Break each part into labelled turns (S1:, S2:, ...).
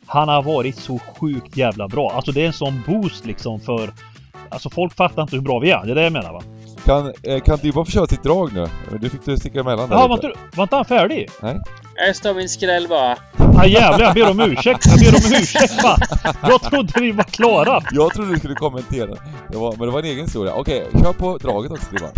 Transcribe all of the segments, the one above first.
S1: Han har varit så sjukt jävla bra. Alltså det är en sån boost liksom för... Alltså folk fattar inte hur bra vi är. Det är det jag menar, va?
S2: Kan du bara få köra sitt drag nu? Du fick sticka emellan där.
S1: Ja, var inte han färdig?
S2: Nej.
S3: Här står min skräll bara.
S1: Ja jävlar, jag ber om ursäkt. Va? Jag trodde vi var klara.
S2: Jag trodde du skulle kommentera. Men det var en egen historia. Okej, kör på draget också, Divan.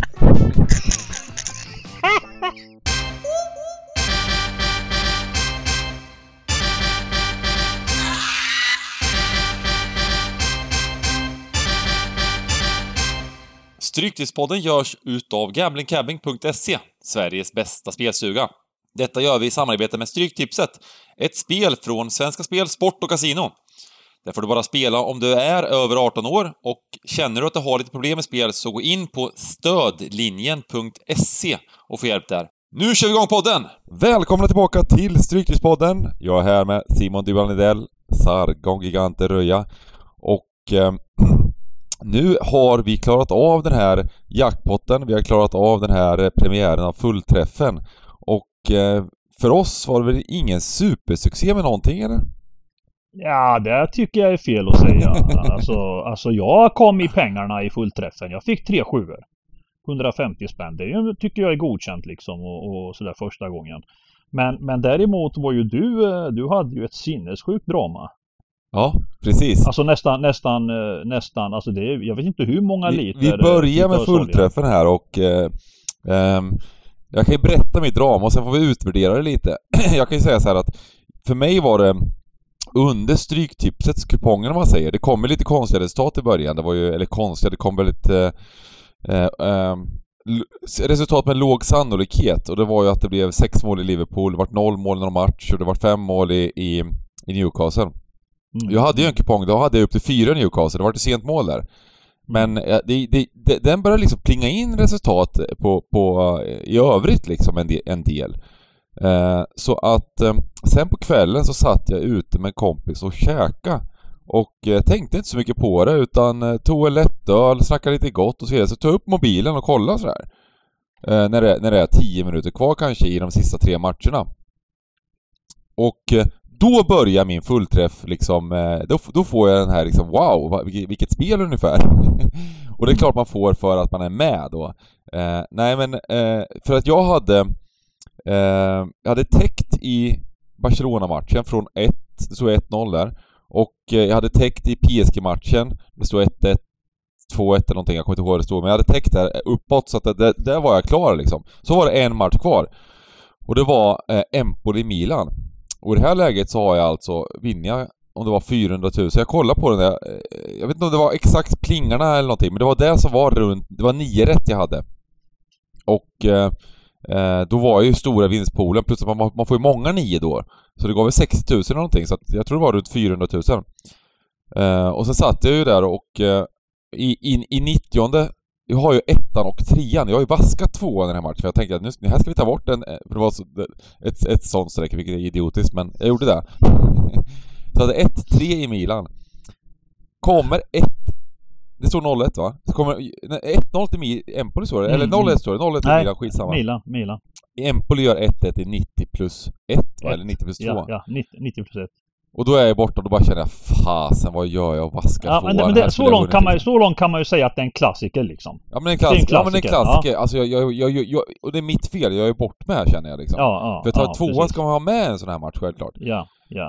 S4: Stryktipspodden görs utav gamblingcabbing.se, Sveriges bästa spelstuga. Detta gör vi i samarbete med Stryktipset, ett spel från Svenska Spel, Sport och Casino. Där får du bara spela om du är över 18 år och känner du att du har lite problem med spel så gå in på stödlinjen.se och få hjälp där. Nu kör vi igång podden!
S2: Välkomna tillbaka till Stryktipspodden. Jag är här med Simon Dybala-Nidell, Sargon Gigante Röja och... Nu har vi klarat av den här jackpotten, vi har klarat av den här premiären av fullträffen och för oss var det väl ingen supersuccé med någonting, eller?
S1: Ja, det tycker jag är fel att säga. Alltså jag kom i pengarna i fullträffen. Jag fick 3 sjuor. 150 spänn. Det tycker jag är godkänt liksom och sådär första gången. Men däremot var ju du hade ju ett sinnessjukt drama.
S2: Ja, precis.
S1: Alltså nästan alltså det är, jag vet inte hur många liter.
S2: Vi börjar med fullträffen här och jag kan ju berätta mitt drama och sen får vi utvärdera det lite. Jag kan ju säga så här att för mig var det under stryktipsets kupongen, om man säger. Det kom lite konstiga resultat i början. Det var ju, eller konstiga, det kom väldigt resultat med låg sannolikhet och det var ju att det blev 6 mål i Liverpool, det var 0 mål i någon match och det var 5 mål i Newcastle. Jag hade ju en kupong, då hade jag upp till 4 Newcastle, det var ett sent mål där. Men den började liksom plinga in resultat på i övrigt liksom en del. Så att sen på kvällen så satt jag ute med en kompis och käka och tänkte inte så mycket på det utan tog en lättöl, snackade lite gott och så vidare. Så tog jag upp mobilen och kollade så där. När det är 10 minuter kvar kanske i de sista 3 matcherna. Och då börjar min fullträff liksom, då får jag den här liksom, wow, vilket spel ungefär. Och det är klart man får för att man är med då. Nej men, för att jag hade täckt i Barcelona-matchen från 1, det stod 1-0 där. Och jag hade täckt i PSG-matchen, det stod 1-1, 2-1 eller någonting, jag kommer inte ihåg det stod. Men jag hade täckt där uppåt så att där var jag klar liksom. Så var det en match kvar. Och det var Empoli-Milan. Och i det här läget så har jag alltså vinner om det var 400 000. Jag kollade på den där. Jag vet inte om det var exakt plingarna eller någonting. Men det var det som var runt. Det var 9 rätt jag hade. Och då var ju stora vinstpoolen. Plus att man får ju många 9 då. Så det gav väl 60 000 eller någonting. Så att jag tror det var runt 400 000. Och så satt jag ju där och i 90:e. Jag har ju 1:an och 3:an. Jag har ju vaskat 2:an i den här matchen. Jag tänkte att nu här ska vi ta bort den. För det var så, ett sånt sträck, vilket är idiotiskt. Men jag gjorde det. Så jag hade 1-3 i Milan. Kommer 1. Det står 0-1 va? Så kommer 1-0 till Empoli står det. Eller 0-1 står det. 0-1 till Milan, skitsamma.
S1: Milan.
S2: Empoli gör 1-1 i 90 plus 1 eller 90 plus 2.
S1: Ja, 90 plus 1.
S2: Och då är jag borta och då bara känner jag, fasen, vad gör jag och vaskar
S1: ja, men det, så långt kan man ju säga att det är en klassiker liksom.
S2: Ja, men en klassiker. Ja, men en klassiker. Ja. Alltså jag och det är mitt fel, jag är bort med känner jag liksom. För att ta 2:an ska man ha med en sån här match självklart.
S1: Ja.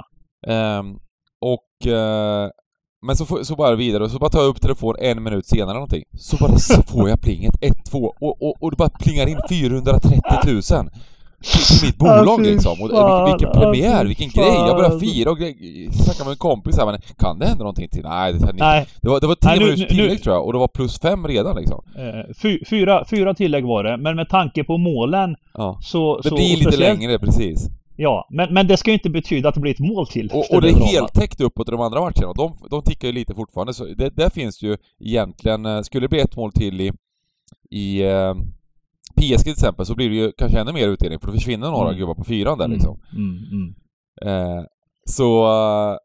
S2: Men så bara vidare och så bara tar jag upp telefon 1 minut senare eller någonting. Så bara får jag plinget 1-2 och det bara plingar in 430 000. Till mitt bolag liksom. Och vilken premiär, vilken grej. Jag började fira och snacka med en kompis här, men kan det hända någonting till? Nej. Det var 10 minuters tillägg tror jag. Och det var plus 5 redan liksom.
S1: 4 tillägg var det. Men med tanke på målen så
S2: det blir lite längre, precis.
S1: Ja, men det ska ju inte betyda att det blir ett mål till.
S2: Och det är helt täckt uppåt i de andra matcherna. Och de tickar ju lite fortfarande. Så där finns ju egentligen, skulle det bli ett mål till i PSG till exempel, så blir det ju kanske ännu mer utdelning, för då försvinner några gubbar på 4:an där liksom. Så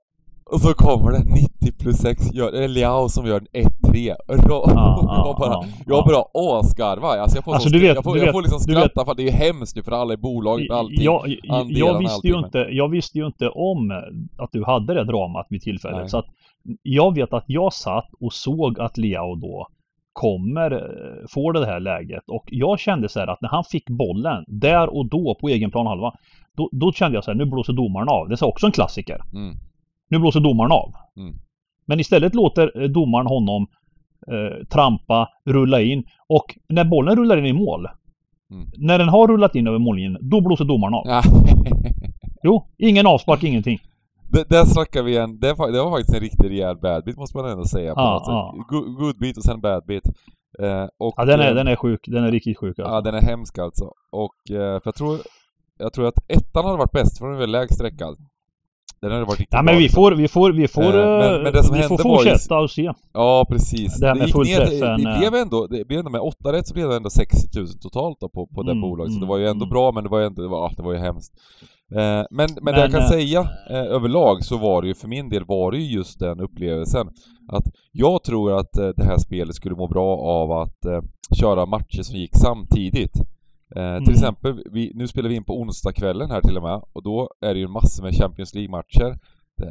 S2: Och så kommer det 90+6, det är Liao som gör en 1-3. Jag bara asgarvar. Alltså jag får liksom skratta för det är ju hemskt nu för alla i bolaget och allting.
S1: Jag visste ju inte om att du hade det dramat vid tillfället. Nej. Så att jag vet att jag satt och såg att Liao då får det här läget. Och jag kände så här att när han fick bollen där och då på egen planhalva, då kände jag så här, nu blåser domaren av. Det är också en klassiker. Nu blåser domaren av. Men istället låter domaren honom trampa, rulla in. Och när bollen rullar in i mål, när den har rullat in över mållinjen, då blåser domaren av. Jo, ingen avspark, ingenting.
S2: Där snackar vi igen. Det var faktiskt en riktigt rejäl bad bit, måste man ändå säga. Good bit och sen bad bit.
S1: Den är sjuk. Den är riktigt sjuk. Alltså.
S2: Ja, den är hemsk alltså. Och för jag tror att ettan hade varit bäst för den är väl lägst sträckad. Den hade varit riktigt bra.
S1: Men vi får
S2: men det som hände
S1: fortsätta och se.
S2: Ja, precis.
S1: Det här med fullträffen.
S2: Det blev ändå med 8 rätt så blev det ändå 60 000 totalt då på det bolaget. Så det var ju ändå bra, men det var ju hemskt. Men det jag kan säga överlag så var det ju för min del just den upplevelsen att jag tror att det här spelet skulle må bra av att köra matcher som gick samtidigt. Till exempel, nu spelar vi in på onsdagskvällen här till och med, och då är det ju massor med Champions League-matcher. Det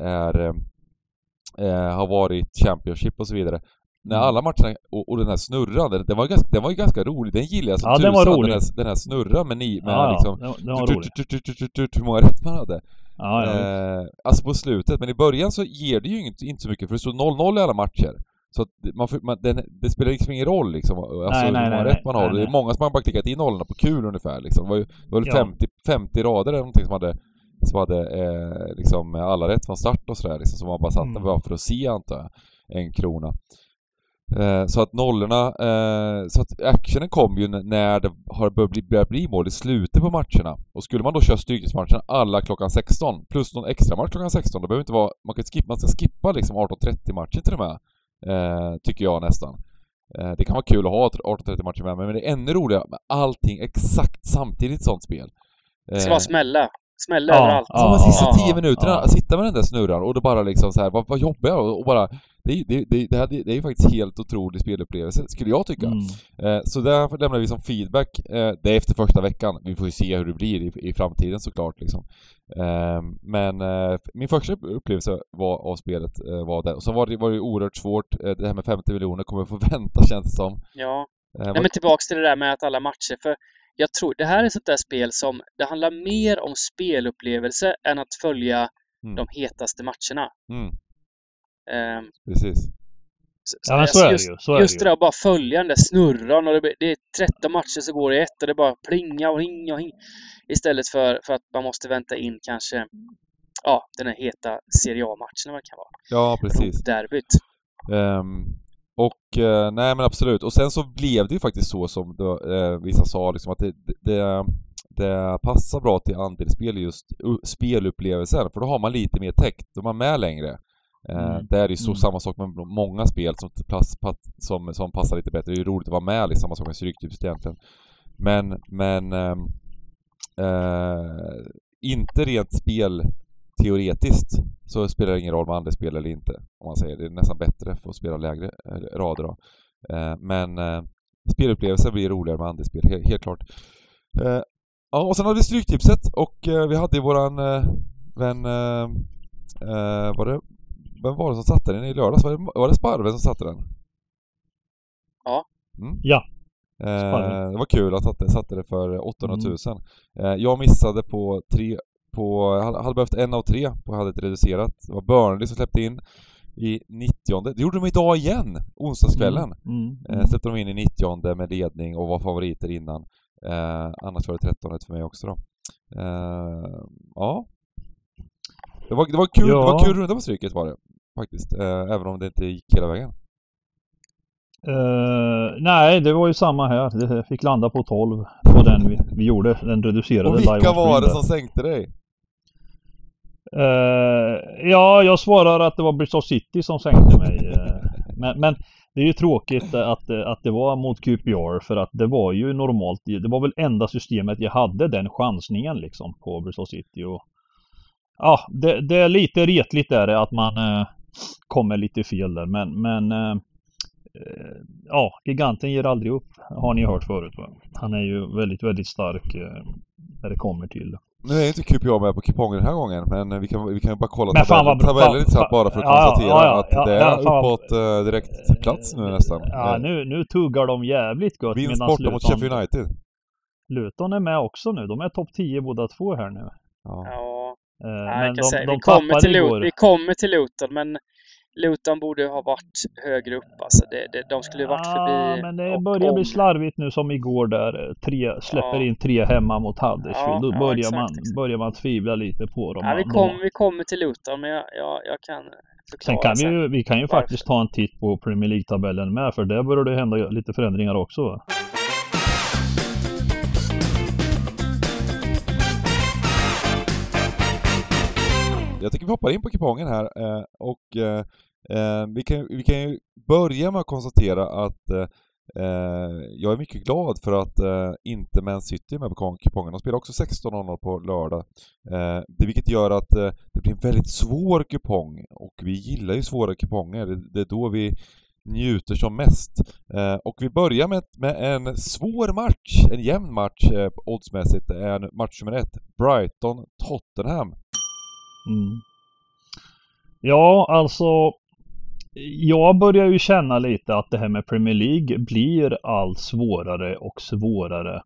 S2: har varit Championship och så vidare. När alla matcherna och den här snurran, den var ju ganska rolig. Den gillar jag som tusan.
S1: Den var rolig.
S2: Den här snurran med liksom
S1: den var rolig.
S2: Hur många rätt man hade. Alltså på slutet, men i början så ger det ju inte så mycket, för det står 0-0 i alla matcher. Så att det spelar liksom ingen roll liksom, alltså hur många rätt man har. Det är många som har bara klickat in nollorna på kul ungefär liksom. Det var väl 50 rader eller någonting som hade liksom alla rätt från start och sådär liksom, som man bara satt den bara för att se, antar jag, 1 krona. Så att nollorna, så att actionen kom ju när det har börjat bli mål i slutet på matcherna. Och skulle man då köra styrkesmatcherna alla klockan 16 plus någon extra match klockan 16, då behöver inte vara, man ska skippa liksom 18:30 matcher till och med, tycker jag nästan. Det kan vara kul att ha 18:30 matcher med, men det är ännu roligare med allting exakt samtidigt, sånt spel.
S3: Det ska vara smälla överallt.
S2: De sista 10 minuterna sitta med den där snurran och då bara liksom så här, vad jobbar jag och bara det är ju faktiskt helt otrolig spelupplevelse, skulle jag tycka. Så där lämnar vi som feedback. Det är efter första veckan. Vi får ju se hur det blir i framtiden såklart liksom. Men min första upplevelse av spelet var det. Och så var det ju oerhört svårt. Det här med 50 miljoner kommer att få vänta, känns det som.
S3: Ja. Nej, men tillbaks till det där med att alla matcher, för jag tror det här är sånt där spel som det handlar mer om spelupplevelse än att följa de hetaste matcherna.
S2: Precis.
S1: Så är det ju.
S3: Just det där att bara följa den där snurran, och det är 13 matcher så går det ett och det bara plinga och hinga och hinga. Istället för att man måste vänta in kanske den här heta Serie A-matchen, vad det kan vara.
S2: Ja, precis.
S3: Derbyt.
S2: Nej men absolut. Och sen så blev det ju faktiskt så som vissa sa liksom, att det passar bra till andelsspel, just spelupplevelsen, för då har man lite mer täckt, då är man med längre. Det är ju så samma sak med många spel som passar lite bättre. Det är ju roligt att vara med liksom, samma sak med Stryktipset egentligen. Men inte rent spel teoretiskt så spelar det ingen roll med andra spel eller inte, om man säger. Det är nästan bättre för att spela lägre rader då. Men spelupplevelsen blir roligare med andra spel, helt klart. Och sen hade vi Stryktipset, och vi hade ju våran vän vem var det som satte den i lördags? Var det Sparven som satte den?
S3: Ja.
S1: Ja.
S2: Det var kul att satte det för 800 000. Jag missade på 3. Jag hade behövt 1 av 3 och hade ett reducerat. Det var Burnley som släppte in i 90:e. Det gjorde de idag igen, onsdagskvällen. Släppte de in i 90:e med ledning och var favoriter innan. Annars var det 13 för mig också då. Ja. Det var kul, det var kul runda på Stryket var det faktiskt, även om det inte gick hela vägen.
S1: Nej, det var ju samma här. Det fick landa på 12 på den vi gjorde, den reducerade.
S2: Och vilka var det som sänkte dig?
S1: Jag svarar att det var Bristol City som sänkte mig. Men det är ju tråkigt att det var mot QPR, för att det var ju normalt. Det var väl enda systemet jag hade den chansningen liksom på Bristol City, och Ja, det är lite retligt där att man kommer lite fel där. Men ja, giganten ger aldrig upp. Har ni hört förut, va? Han är ju väldigt, väldigt stark när det kommer till.
S2: Nu är inte QPA med på kupongen den här gången, men vi kan ju bara kolla
S1: Men fan vad bra.
S2: tabellen lite snabbt bara för att konstatera att det är uppåt direkt plats nu nästan.
S1: Ja, nu tuggar de jävligt gott.
S2: Vinst borta mot Sheffield United.
S1: Luton är med också nu. De är topp 10 båda två här nu.
S3: Ja.
S1: Men
S3: vi kommer till Luton, men Luton borde ha varit högre upp. Alltså de skulle ju varit förbi.
S1: Men det börjar bli slarvigt nu som igår där. Släpper in 3 hemma mot Huddersfield. Då börjar man tvivla lite på dem.
S3: Ja, vi kommer till Luton, men jag kan förklara.
S1: Sen vi kan ju faktiskt ta en titt på Premier League-tabellen med, för där börjar det hända lite förändringar också, va?
S2: Jag tycker vi hoppar in på kupongen här och vi kan ju börja med att konstatera att jag är mycket glad för att inte Man City är med på kupongen. De spelar också 16:00 på lördag. Vilket gör att det blir en väldigt svår kupong, och vi gillar ju svåra kuponger. Det är då vi njuter som mest. Och vi börjar med en svår match, en jämn match oddsmässigt. Det är match nummer 1, Brighton-Tottenham.
S1: Ja, alltså jag börjar ju känna lite att det här med Premier League blir allt svårare och svårare.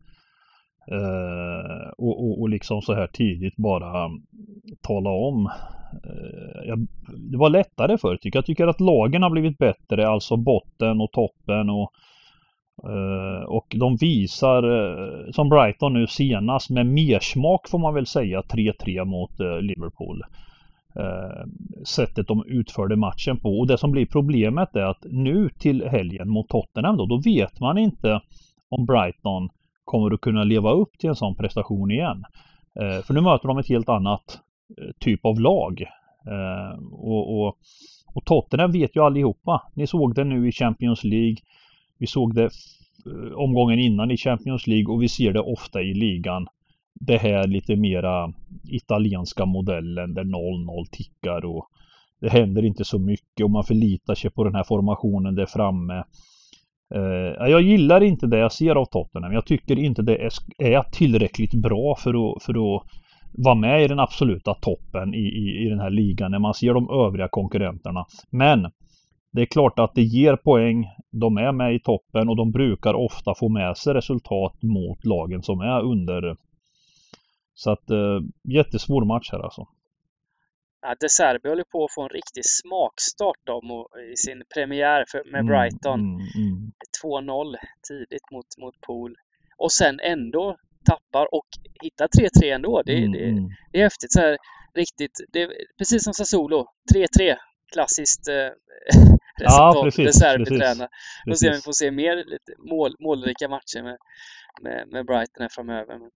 S1: Och liksom så här tidigt bara tala om. Det var lättare förr, tycker jag. Jag tycker att lagen har blivit bättre, alltså botten och toppen, och de visar, som Brighton nu senast, med mersmak får man väl säga, 3-3 mot Liverpool. Sättet de utförde matchen på. Och det som blir problemet är att nu till helgen mot Tottenham då vet man inte om Brighton kommer att kunna leva upp till en sån prestation igen. För nu möter de ett helt annat typ av lag. Och Tottenham vet ju allihopa. Ni såg det nu i Champions League. Vi såg det omgången innan i Champions League, och vi ser det ofta i ligan. Det här lite mera italienska modellen där 0-0 tickar och det händer inte så mycket och man förlitar sig på den här formationen där framme. Jag gillar inte det jag ser av Tottenham. Jag tycker inte det är tillräckligt bra för att vara med i den absoluta toppen i den här ligan när man ser de övriga konkurrenterna. Men det är klart att det ger poäng. De är med i toppen och de brukar ofta få med sig resultat mot lagen som är under. Så att jättesvår match här alltså.
S3: Ja, De Serbi håller på att få en riktig smakstart i sin premiär med Brighton. 2-0 tidigt mot Pool. Och sen ändå tappar och hittar 3-3 ändå. Det är häftigt. Så här, riktigt, det är precis som Sassuolo. 3-3. Klassiskt resultat. De Serbi tränar. Då ser vi får se mer lite målrika matcher med Brighton här framöver. Men,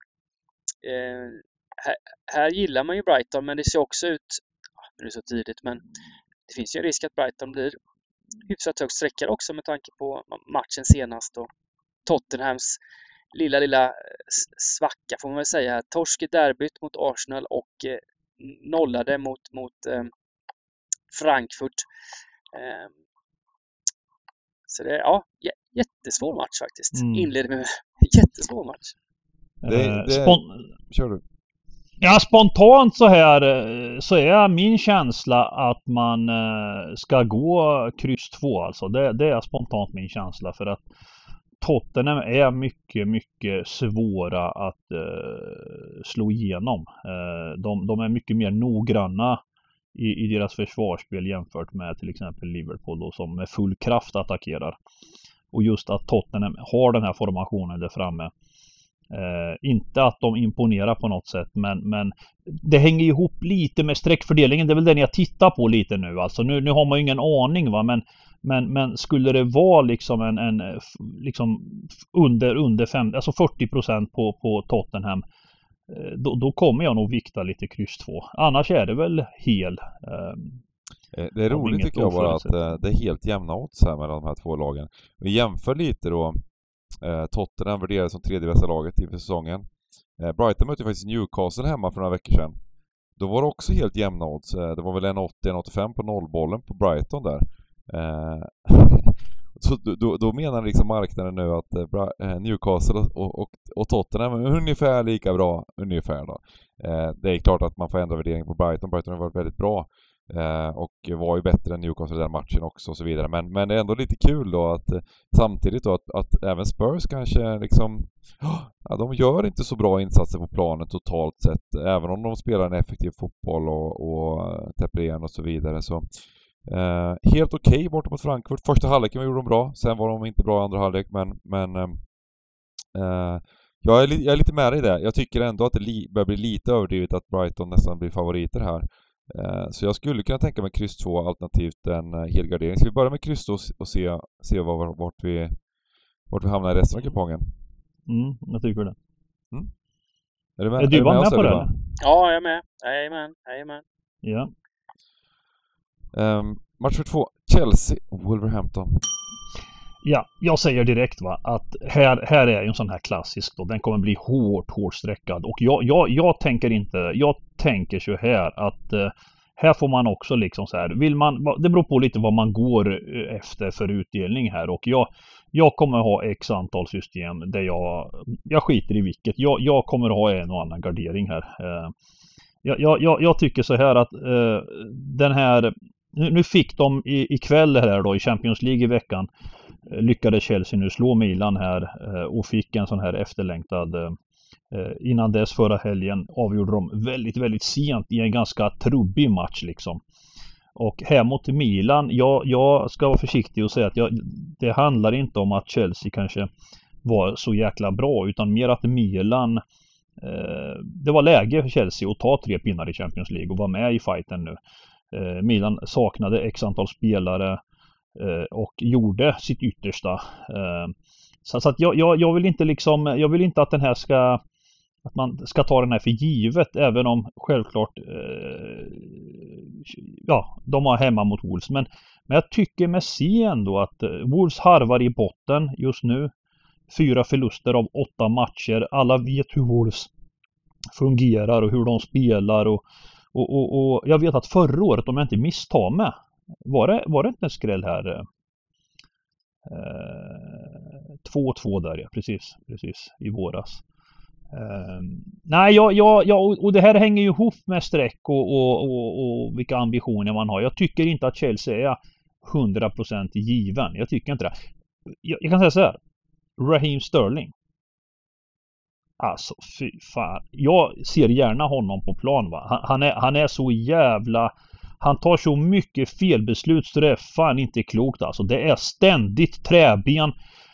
S3: här gillar man ju Brighton, men det ser också ut, det är så tidigt, men det finns ju en risk att Brighton blir hyfsat högt sträckare också med tanke på matchen senast och Tottenhams lilla svacka får man väl säga. Torsk i derbyt mot Arsenal och nollade mot Frankfurt. Så det är jättesvår match faktiskt. Inleder med jättesvår match.
S2: Kör du.
S1: Ja, spontant så här så är min känsla att man ska gå kryss 2 alltså. Det är spontant min känsla, för att Tottenham är mycket, mycket svåra att slå igenom. De är mycket mer noggranna i deras försvarsspel jämfört med till exempel Liverpool då, som med full kraft attackerar. Och just att Tottenham har den här formationen där framme. Inte att de imponerar på något sätt, men det hänger ihop lite med sträckfördelningen. Det är väl den jag tittar på lite nu. Alltså nu har man ju ingen aning, va, men skulle det vara liksom en liksom under 5, alltså 40% på Tottenham, då kommer jag nog vikta lite kryss 2. Annars är det väl hel.
S2: Det är roligt tycker jag bara att det är helt jämna odds här mellan de här två lagen. Vi jämför lite då. Tottenham värderas som tredje bästa laget inför säsongen. Brighton mötte faktiskt Newcastle hemma för några veckor sedan. då var det också helt jämna odds. Det var väl 1,80-1,85 på nollbollen på Brighton där. Så då menar liksom marknaden nu att Newcastle och Tottenham är ungefär lika bra, ungefär då. Det är klart att man får ändra värderingen på Brighton. Brighton har varit väldigt bra och var ju bättre än Newcastle i den matchen också och så vidare. Men det är ändå lite kul då att samtidigt då att även Spurs kanske liksom, ja, de gör inte så bra insatser på planen totalt sett, även om de spelar en effektiv fotboll och täpper igen och så vidare. Så helt okej borta mot Frankfurt. Första halvleken gjorde de bra, sen var de inte bra i andra halvlek, men jag är lite med i det. Jag tycker ändå att det börjar bli lite överdrivet att Brighton nästan blir favoriter här. Så jag skulle kunna tänka mig kryss 2 alternativt en helgardering. Ska vi börja med kryss 2 och se vart vi hamnar i resten av kupongen?
S1: Jag tycker det.
S2: Är du med,
S1: är du med på det? Eller?
S3: Ja, jag är med. Jajamän.
S1: Ja.
S2: Match för 2, Chelsea-Wolverhampton.
S1: Ja, jag säger direkt att här är en sån här klassisk då. Den kommer bli hårt sträckad. Och jag tänker så här att här får man också liksom så här, det beror på lite vad man går efter för utdelning här. Och jag kommer ha x antal system där jag skiter i vilket. Jag kommer ha en och annan gardering här. Jag tycker så här att den här, nu fick de ikväll här då i Champions League i veckan, lyckades Chelsea nu slå Milan här och fick en sån här efterlängtad, innan dess förra helgen avgjorde de väldigt, väldigt sent i en ganska trubbig match liksom. Och här mot Milan, jag ska vara försiktig och säga att det handlar inte om att Chelsea kanske var så jäkla bra, utan mer att Milan, det var läge för Chelsea att ta 3 pinnar i Champions League och vara med i fighten nu. Milan saknade x antal spelare och gjorde sitt yttersta. Så att jag vill inte liksom, jag vill inte att den här att man ska ta den här för givet, även om självklart de har hemma mot Wolves, men jag tycker med se ändå att Wolves harvar i botten just nu. 4 förluster av 8 matcher. Alla vet hur Wolves fungerar och hur de spelar och jag vet att förra året, om jag inte misstar mig, var det inte en skräll här? 2-2 där, ja, precis i våras. Nej, och det här hänger ju ihop med streck och vilka ambitioner man har. Jag tycker inte att Chelsea är 100% given. Jag tycker inte det. Jag kan säga så här. Raheem Sterling. Alltså, fy fan. Jag ser gärna honom på plan, va. Han är så jävla... Han tar så mycket felbeslut så det är fan inte klokt alltså. Det är ständigt träben.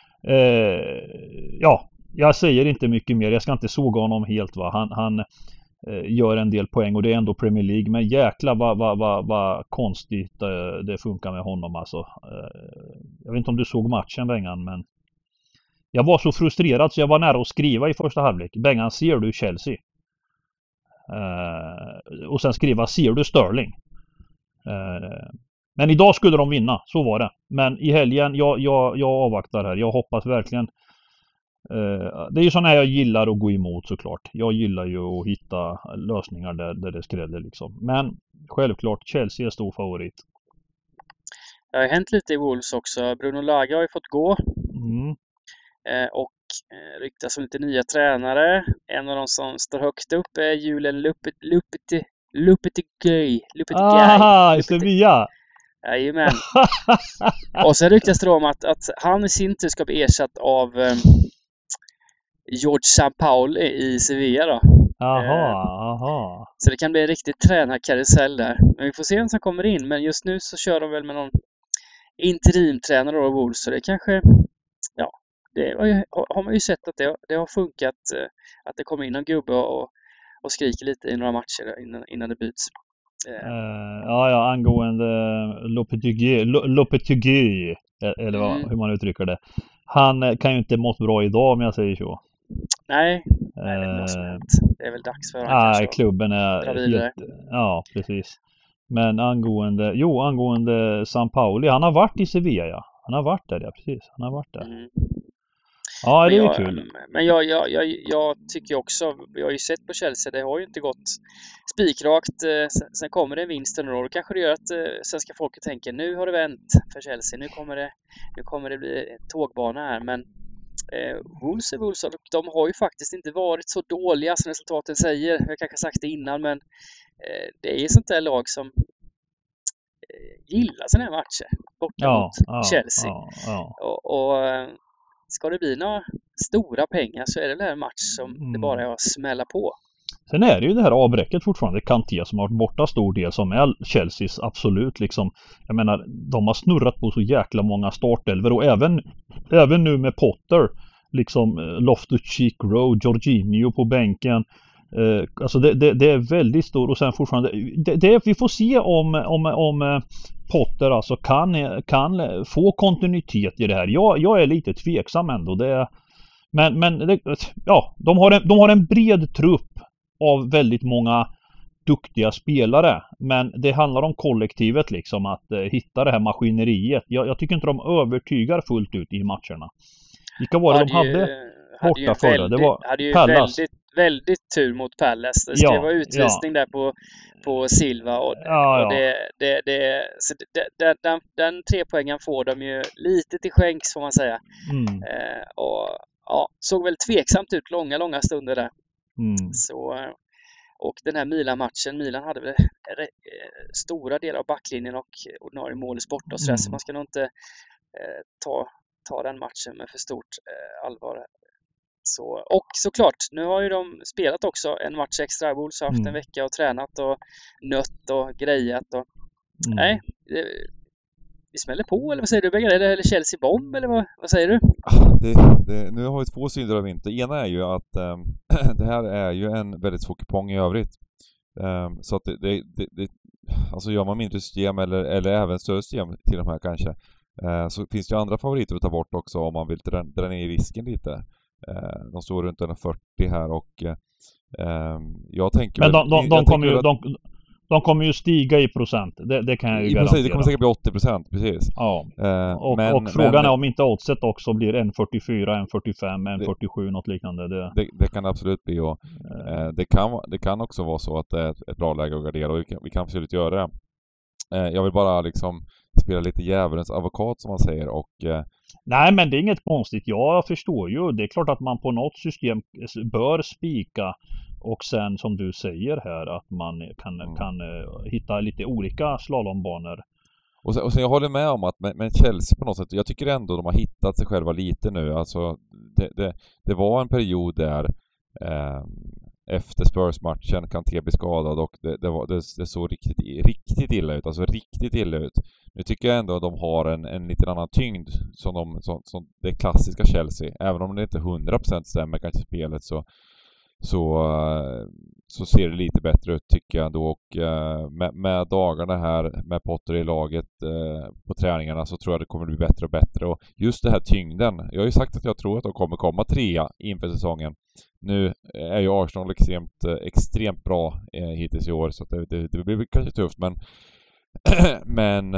S1: Jag säger inte mycket mer. Jag ska inte såga honom helt, va. Han gör en del poäng och det är ändå Premier League. Men jäkla vad konstigt det funkar med honom alltså. Jag vet inte om du såg matchen, Bengan, men jag var så frustrerad så jag var nära att skriva i första halvlek. Bengan, ser du Chelsea? Och sen skriva, ser du Sterling? Men idag skulle de vinna, så var det. Men i helgen, jag avvaktar här. Jag hoppas verkligen. Det är ju sådana här jag gillar att gå emot såklart. Jag gillar ju att hitta lösningar där det skräller liksom. Men självklart, Chelsea är stor favorit.
S3: Det har hänt lite i Wolves också. Bruno Lage har ju fått gå. Och ryktas om lite nya tränare. En av de som står högst upp är Julen Lopetegui.
S1: Aha, i Sevilla!
S3: Jajamän. Och sen ryktas det om att han i sin tur ska bli ersatt av George Sampaoli i Sevilla då.
S1: Aha.
S3: Så det kan bli en riktigt tränarkarusell där. Men vi får se vem som kommer in. Men just nu så kör de väl med någon interimtränare då, Wolves. Så det kanske... Ja, det har man ju sett att det har funkat. Att det kommer in en gubbe och skriker lite i några matcher innan det byts.
S1: Angående Lopetegui eller hur man uttrycker det. Han kan ju inte mått bra idag, om jag säger så.
S3: Nej, det är väl dags för honom.
S1: Nej, klubben är helt, ja, precis. Men angående Sampaoli, han har varit i Sevilla, ja. Han har varit där, ja, precis. Han har varit där. Ja, det är
S3: jag,
S1: kul.
S3: Men jag tycker också, jag har ju sett på Chelsea, det har ju inte gått spikrakt. Sen kommer det en vinst och då kanske det gör att svenska folket tänker nu har det vänt för Chelsea, nu kommer det bli tågbana här. Men Wolves är Wolves, de har ju faktiskt inte varit så dåliga som resultaten säger. Jag kanske sagt det innan, men det är sånt där lag som gillar såna här matcher borta mot Chelsea. Och ska det bli några stora pengar så är det en match som det bara är att smälla på.
S1: Sen är det ju det här avbräcket fortfarande, Kanté som har varit borta stor del, som är Chelseas absolut liksom. Jag menar, de har snurrat på så jäkla många startelver och även nu med Potter liksom Loftus-Cheek Rowe, Jorginho på bänken. Alltså det är väldigt stor, och sen fortfarande vi får se om Potter alltså kan få kontinuitet i det här. Jag är lite tveksam ändå. De har en bred trupp av väldigt många duktiga spelare, men det handlar om kollektivet liksom, att hitta det här maskineriet. Jag tycker inte de övertygar fullt ut i matcherna. Vilka var det de hade borta förra? Det var Palace.
S3: Väldigt tur mot Palace. Det ska vara utvisning där på Silva och den 3 poängen får de ju lite till skänks, får man säga. Såg väl tveksamt ut långa stunder där. Så, och den här Milan hade väl stora delar av backlinjen och ordinarie mål borta och så man ska nog inte ta den matchen med för stort allvar. Så, och såklart, nu har ju de spelat också en match extra. Wolves har haft en vecka och tränat och nött och grejat och nej, vi smäller på, eller vad säger du Beggar? Eller Chelsea bomb, eller vad säger du?
S2: Nu har vi 2 sidor av vinter. Ena är ju att det här är ju en väldigt svår kupong i övrigt. Så att alltså gör man mindre system eller även större system till de här kanske, så finns det ju andra favoriter att ta bort också om man vill dra ner risken lite. De står runt 140 här och jag tänker...
S1: Men de kommer ju stiga i procent. Det kan jag ju garantera.
S2: Det kommer säkert bli 80%, precis.
S1: Ja. Och frågan är om inte oddset också blir 1,44, 1,45, 1,47, något liknande.
S2: Det kan absolut bli. Och, det kan också vara så att det är ett bra läge att gardera, och vi kan absolut göra det. Jag vill bara liksom spela lite djävulens advokat, som man säger, och...
S1: Nej, men det är inget konstigt. Jag förstår ju. Det är klart att man på något system bör spika, och sen som du säger här att man kan hitta lite olika slalombanor.
S2: Och sen jag håller med om att med Chelsea på något sätt, jag tycker ändå de har hittat sig själva lite nu. Alltså det var en period där efter Spurs-matchen Kanté blir skadad och det såg riktigt illa ut. Alltså riktigt illa ut. Nu tycker jag ändå att de har en lite annan tyngd som det klassiska Chelsea. Även om det inte 100% stämmer kanske spelet, så ser det lite bättre ut tycker jag ändå. Och med dagarna här med Potter i laget på träningarna, så tror jag det kommer bli bättre och bättre. Och just det här tyngden, jag har ju sagt att jag tror att de kommer komma 3 inför säsongen. Nu är ju Arsenal extremt bra hittills i år, så att det blir kanske tufft, men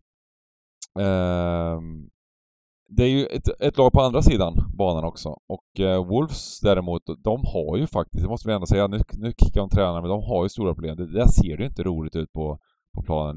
S2: det är ju ett lag på andra sidan banan också. Och Wolves däremot, de har ju faktiskt, det måste vi ändå säga, nu kickar de tränare, men de har ju stora problem. Det där ser ju inte roligt ut på planen.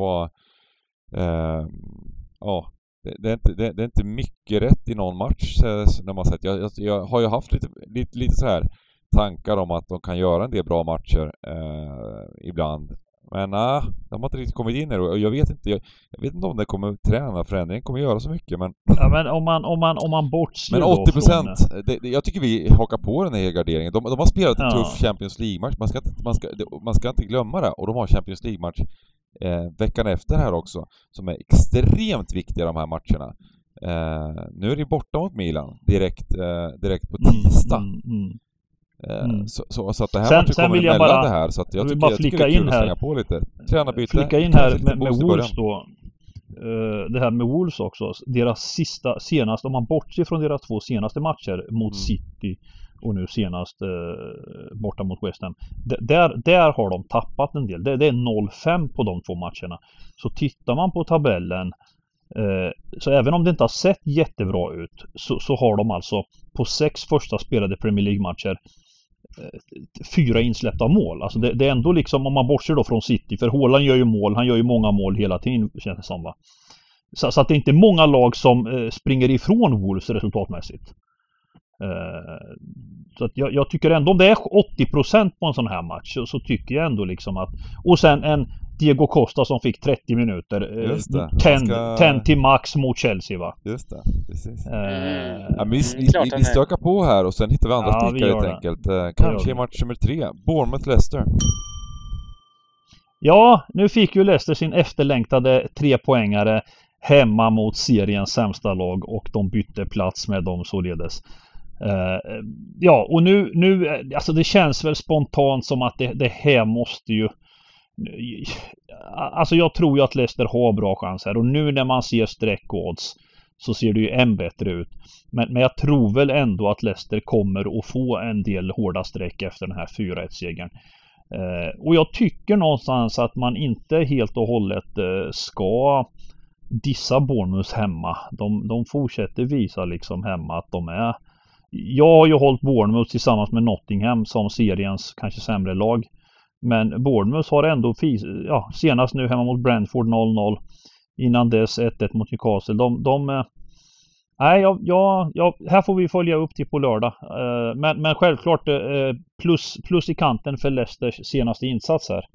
S2: Det är inte mycket rätt i någon match när man sett. Jag har ju haft lite så här tankar om att de kan göra en del bra matcher ibland. Men de har inte riktigt kommit in här, och jag vet inte om det kommer träna förändringen kommer göra så mycket, men
S1: ja, men om man bortser.
S2: Men 80%, jag tycker vi hakar på den här garderingen. De har spelat en tuff Champions League-match. Man ska inte glömma det, och de har Champions League-match veckan efter här också, som är extremt viktiga, de här matcherna. Nu är det borta mot Milan direkt på tisdag. Så att det här
S1: sen
S2: kommer emellan det här, så att jag tycker det är kul att slänga på lite tränarbyte.
S1: Flika in här med Wolves då. Det här med Wolves också, deras senaste, om man bortser från deras 2 senaste matcher mot City och nu senast borta mot West Ham, där har de tappat en del. Det är 0-5 på de 2 matcherna. Så tittar man på tabellen Så även om det inte har sett jättebra ut så har de alltså på 6 första spelade Premier League-matcher 4 insläppta mål. Alltså det är ändå liksom, om man bortser då från City, för Haaland gör ju mål, han gör ju många mål hela tiden, känns det som, va? Så att det är inte många lag som springer ifrån Wolves resultatmässigt. Så att jag tycker ändå, om det är 80% på en sån här match så tycker jag ändå liksom att, och sen en Diego Costa som fick 30 minuter, 10 till max mot Chelsea, va?
S2: Just det, precis.
S3: Vi
S2: stökar på här och sen hittar vi andra stickare helt enkelt. Kanske i match nummer 3, Bournemouth-Leicester.
S1: Ja, nu fick ju Leicester sin efterlängtade 3-poängare hemma mot seriens sämsta lag och de bytte plats med dem således. Ja, och nu alltså det känns väl spontant som att det här måste ju, alltså jag tror ju att Leicester har bra chans här, och nu när man ser streck och odds så ser det ju än bättre ut. Men jag tror väl ändå att Leicester kommer att få en del hårda streck efter den här 4-1-segern. Och jag tycker någonstans att man inte helt och hållet ska dissa Bournemouth hemma. De fortsätter visa liksom hemma att de är. Jag har ju hållit Bournemouth tillsammans med Nottingham som seriens kanske sämre lag. Men Bournemouth har ändå senast nu hemma mot Brentford 0-0. Innan dess 1-1 mot Newcastle. Här får vi följa upp till på lördag. Men självklart plus i kanten för Leicesters senaste insats här.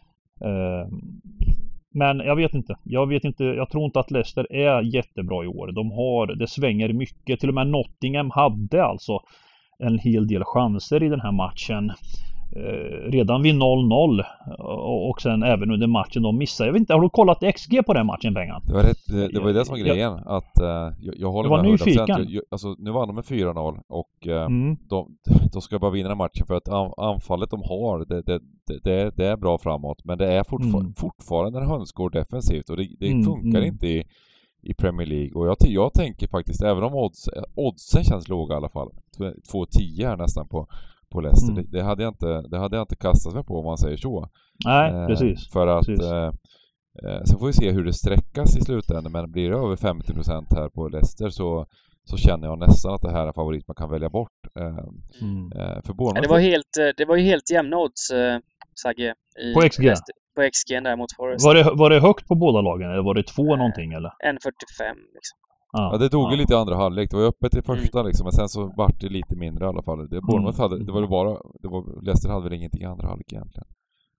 S1: Men jag vet inte. Jag tror inte att Leicester är jättebra i år. Det svänger mycket. Till och med Nottingham hade alltså en hel del chanser i den här matchen. Redan vid 0-0 och sen även under matchen de missade. Jag vet inte, har du kollat XG på den matchen, Bengan?
S2: Det var ju det som var grejen, att jag håller med 100%. Alltså, nu vann de med 4-0 och de ska bara vinna den matchen för att anfallet de har det är bra framåt, men det är fortfarande en hönsgård defensivt, och det funkar inte i Premier League. Och jag tänker faktiskt, även om oddsen känns låga i alla fall, 2,10 här nästan på Leicester. Det hade jag inte kastat mig på, om man säger så.
S1: Nej, precis.
S2: För att så får vi se hur det sträckas i slutändan, men blir det över 50% här på Leicester så känner jag nästan att det här är en favorit man kan välja bort. För Bournemouth.
S3: Det var ju helt jämna odds, Sagge,
S1: på XG.
S3: Leicester, på XG där mot Forest.
S1: Var det högt på båda lagen, eller var det 2 någonting eller?
S3: 1,45 liksom.
S2: Ja, det tog ju lite i andra halvlek. Det var öppet i första liksom, men sen så vart det lite mindre i alla fall. Leicester hade väl ingenting i andra halvlek egentligen.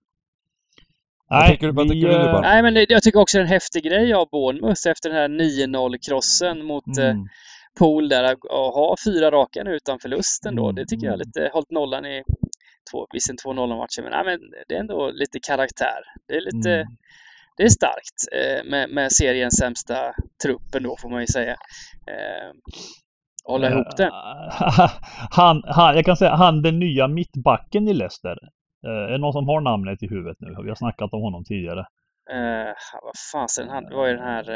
S3: Nej, men jag tycker också det är en häftig grej av Bournemouth efter den här 9-0-krossen mot Pool där, att ha 4 raka nu utan förlusten då. Det tycker jag är lite, hållit nollan i visst 2-0-matcher, men det är ändå lite karaktär. Det är lite det är starkt med seriens sämsta truppen då, får man ju säga. Hålla ihop det.
S1: Jag kan säga den nya mittbacken i Leicester. Är det någon som har namnet i huvudet nu? Vi har snackat om honom tidigare.
S3: Vad fasen, han var ju den här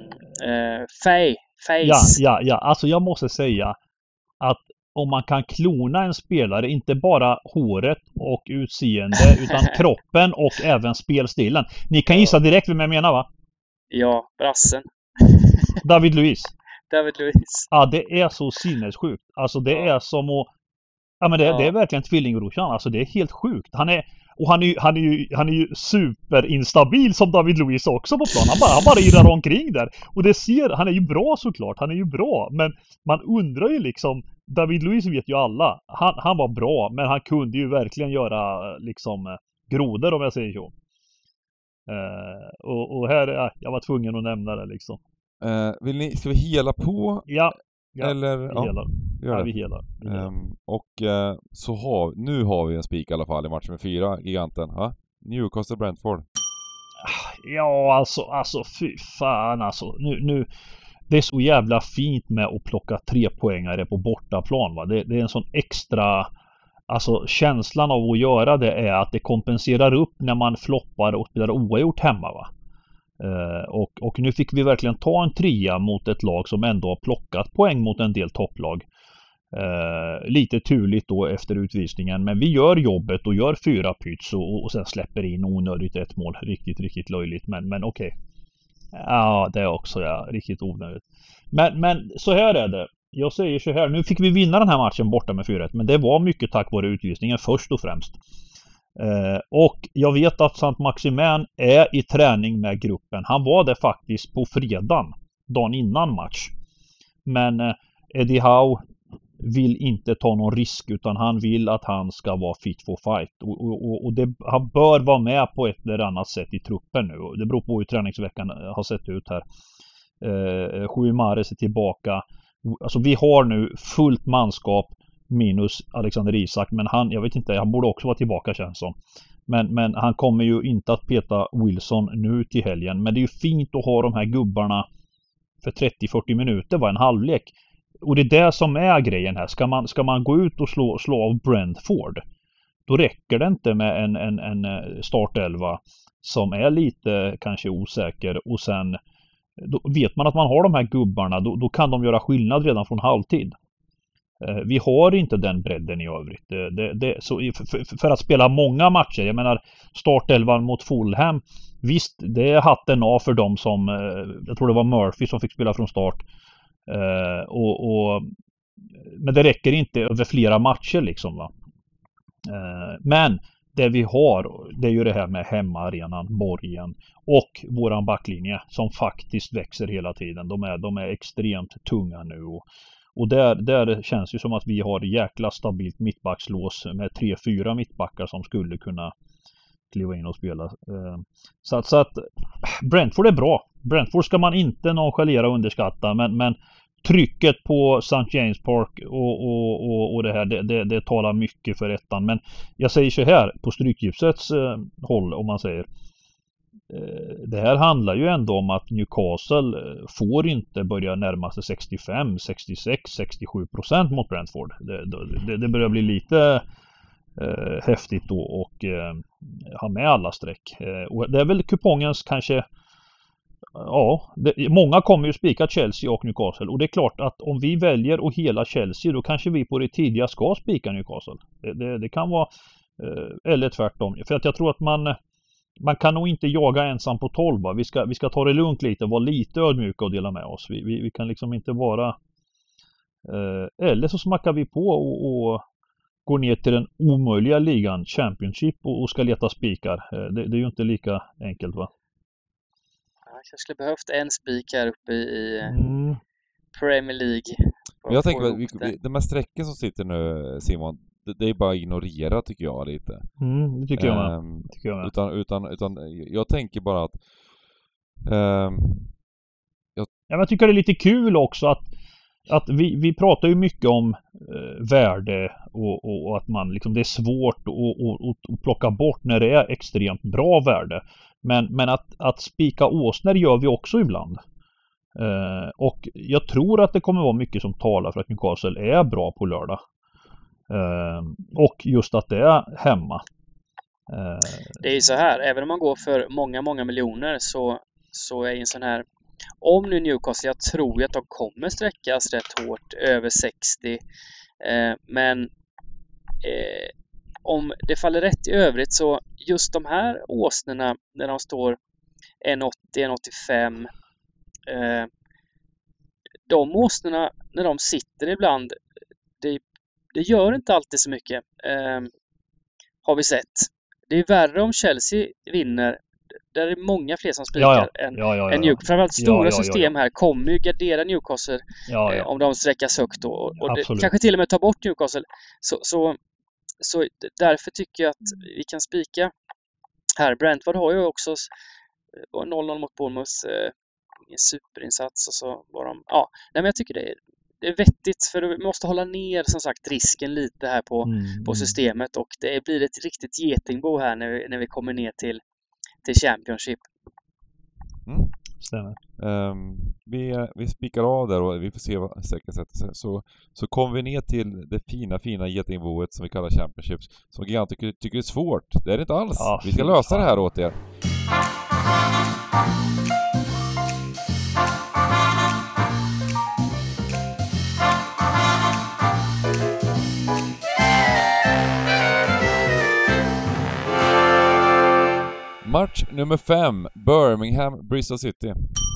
S3: Face.
S1: Ja. Alltså jag måste säga att om man kan klona en spelare, inte bara håret och utseende utan kroppen och även spelstilen. Ni kan gissa direkt vem jag menar, va?
S3: Ja, brassen.
S1: David Luiz. Ja, det är så sinnessjukt. Alltså det är som att... Ja, men det är verkligen tvillingbrorsan. Alltså det är helt sjukt. Han är ju superinstabil som David Luiz också på plan. Han bara irrar omkring där. Och han är ju bra såklart. Han är ju bra. Men man undrar ju liksom, David Luiz vet ju alla. Han var bra, men han kunde ju verkligen göra liksom grodor, om jag säger så. Och här, jag var tvungen att nämna det liksom.
S2: Ska vi hela på?
S1: Ja.
S2: Eller
S1: vi helar.
S2: Nu har vi en spik i alla fall i match med 4, giganten. Newcastle Brentford.
S1: Ja, alltså fy fan alltså. Nu det är så jävla fint med att plocka 3-poängare på bortaplan, va. Det är en sån extra, alltså känslan av att göra det är att det kompenserar upp när man floppar och spelar oavgjort hemma, va. Och nu fick vi verkligen ta en 3 mot ett lag som ändå har plockat poäng mot en del topplag. Lite turligt då efter utvisningen, men vi gör jobbet och gör 4 pyts och sen släpper in onödigt ett mål. Riktigt löjligt, men okej. Ja, det är också riktigt onödigt. Men så här är det. Jag säger så här, nu fick vi vinna den här matchen borta med 4-1, men det var mycket tack vare utvisningen först och främst. Och jag vet att Saint-Maximin är i träning med gruppen. Han var det faktiskt på fredagen, dagen innan match. Men Eddie Howe vill inte ta någon risk, utan han vill att han ska vara fit for fight. Och han bör vara med på ett eller annat sätt i truppen nu. Det beror på hur träningsveckan har sett ut här. Rui Mahrez är tillbaka. Alltså vi har nu fullt manskap minus Alexander Isak, men jag vet inte, han borde också vara tillbaka, känns som. Men han kommer ju inte att peta Wilson nu till helgen. Men det är ju fint att ha de här gubbarna för 30-40 minuter, en halvlek. Och det är det som är grejen här. Ska man gå ut och slå av Brentford, då räcker det inte med en startelva som är lite kanske osäker, och sen då vet man att man har de här gubbarna, då kan de göra skillnad redan från halvtid. Vi har inte den bredden i övrigt. Så för att spela många matcher, jag menar startelvan mot Fulham, visst, det är hatten av för dem som, jag tror det var Murphy som fick spela från start. Men det räcker inte över flera matcher liksom, va. Men det vi har, det är ju det här med hemmaarenan, borgen och våran backlinje som faktiskt växer hela tiden. De är extremt tunga nu, och där känns ju som att vi har jäkla stabilt mittbackslås med 3-4 mittbackar som skulle kunna kliva in och spela. Så att Brentford är bra. Brentford ska man inte nonchalera och underskatta, men trycket på St. James Park och det här, det talar mycket för ettan. Men jag säger så här, på Strykgipsets håll, om man säger, det här handlar ju ändå om att Newcastle får inte börja närma sig 65, 66, 67% mot Brentford. Det börjar bli lite häftigt då, och ha med alla streck. Och det är väl kupongens kanske. Ja, många kommer ju spika Chelsea och Newcastle, och det är klart att om vi väljer att hela Chelsea, då kanske vi på det tidiga ska spika Newcastle. Det kan vara eller tvärtom, för att jag tror att man kan nog inte jaga ensam på 12. Vi ska ta det lugnt lite, vara lite ödmjuka och dela med oss. Vi kan liksom inte vara eller så smackar vi på och går ner till den omöjliga ligan Championship och ska leta spikar. Det är ju inte lika enkelt, va?
S3: Jag skulle behövt en spik här uppe i Premier League.
S2: Men jag tänker att de här strecken som sitter nu, Simon, det är bara att ignorera, tycker jag lite.
S1: Det tycker jag med.
S2: Utan jag tänker bara att
S1: jag tycker det är lite kul också att vi pratar ju mycket om värde och att man liksom, det är svårt att plocka bort när det är extremt bra värde. Men att spika åsnor gör vi också ibland. Och jag tror att det kommer vara mycket som talar för att Newcastle är bra på lördag. Och just att det är hemma.
S3: Det är ju så här, även om man går för många miljoner så är en sån här, om nu Newcastle, jag tror ju att de kommer sträckas rätt hårt över 60, men om det faller rätt i övrigt, så just de här åsnorna när de står 1,80, 1,85, de åsnorna när de sitter ibland, det gör inte alltid så mycket, har vi sett. Det är värre om Chelsea vinner. Där är många fler som spikar än Newcastle. Framförallt stora system här kommer ju gardera Newcastle om de sträckas högt då. Och det, kanske till och med ta bort Newcastle. Så därför tycker jag att vi kan spika här. Brentford har ju också 0-0 mot Bournemouth, en superinsats, och så var de... Ja, nej, men jag tycker det är vettigt, för vi måste hålla ner som sagt risken lite här på systemet, och det blir ett riktigt getingbo här när vi kommer ner till Championship.
S1: Stämmer.
S2: Vi spikar av där och vi får se vad säkert sätter sig. Så kommer vi ner till det fina getingboet som vi kallar Championship, som Gian tycker är svårt. Det är det inte alls. Ja, vi ska lösa det här åt er. Match nummer 5, Birmingham, Bristol City.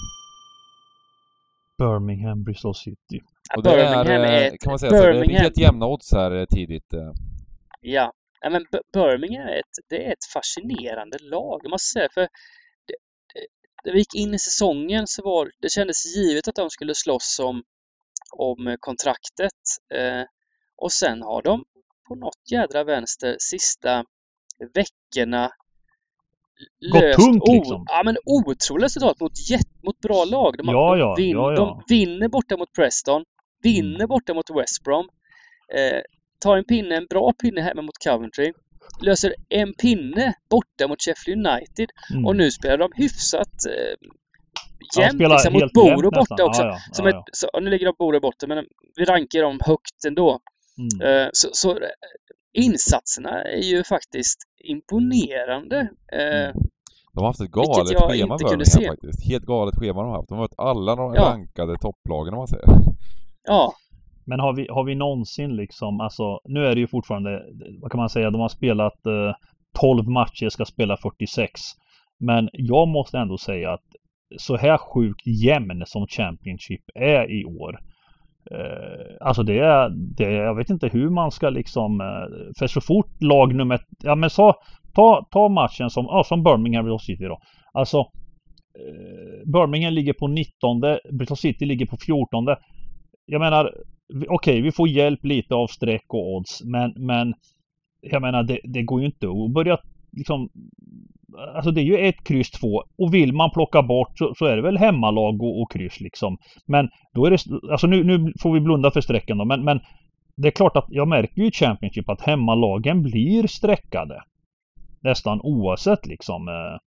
S1: Birmingham, Bristol City.
S2: Och det är, kan man säga så, det är helt jämna odds här tidigt.
S3: Ja, men Birmingham det är ett fascinerande lag, jag måste säga, för när vi gick in i säsongen så det kändes givet att de skulle slåss om kontraktet. Och sen har de på något jädra vänster sista veckorna
S1: gått tungt liksom.
S3: Ja, men otroligt resultat mot bra lag. De vinner borta mot Preston, vinner borta mot West Brom, tar en bra pinne hemma mot Coventry, löser en pinne borta mot Sheffield United, och nu spelar de hyfsat jämnt liksom, mot Boro borta också. Nu ligger de Boro borta, men vi rankar dem högt ändå. Så insatserna är ju faktiskt imponerande.
S2: De har haft ett galet schema faktiskt. Helt galet schema de har haft. De har haft alla de rankade topplagen, om man säger.
S3: Ja.
S1: Men har vi någonsin liksom, alltså nu är det ju fortfarande, vad kan man säga, de har spelat 12 matcher, ska spela 46. Men jag måste ändå säga att så här sjukt jämn som Championship är i år. Alltså det är, jag vet inte hur man ska liksom, för så fort lag nummer, ja men så ta matchen som Birmingham Bristol City då. Alltså Birmingham ligger på 19:e, Bristol City ligger på 14:e. Jag menar, okej, vi får hjälp lite av streck och odds, men jag menar det går ju inte att börja liksom, alltså det är ju 1-2, och vill man plocka bort så är det väl hemmalag och kryss liksom. Men då är det, alltså nu får vi blunda för strecken då, men det är klart att jag märker ju i Championship att hemmalagen blir streckade nästan oavsett liksom,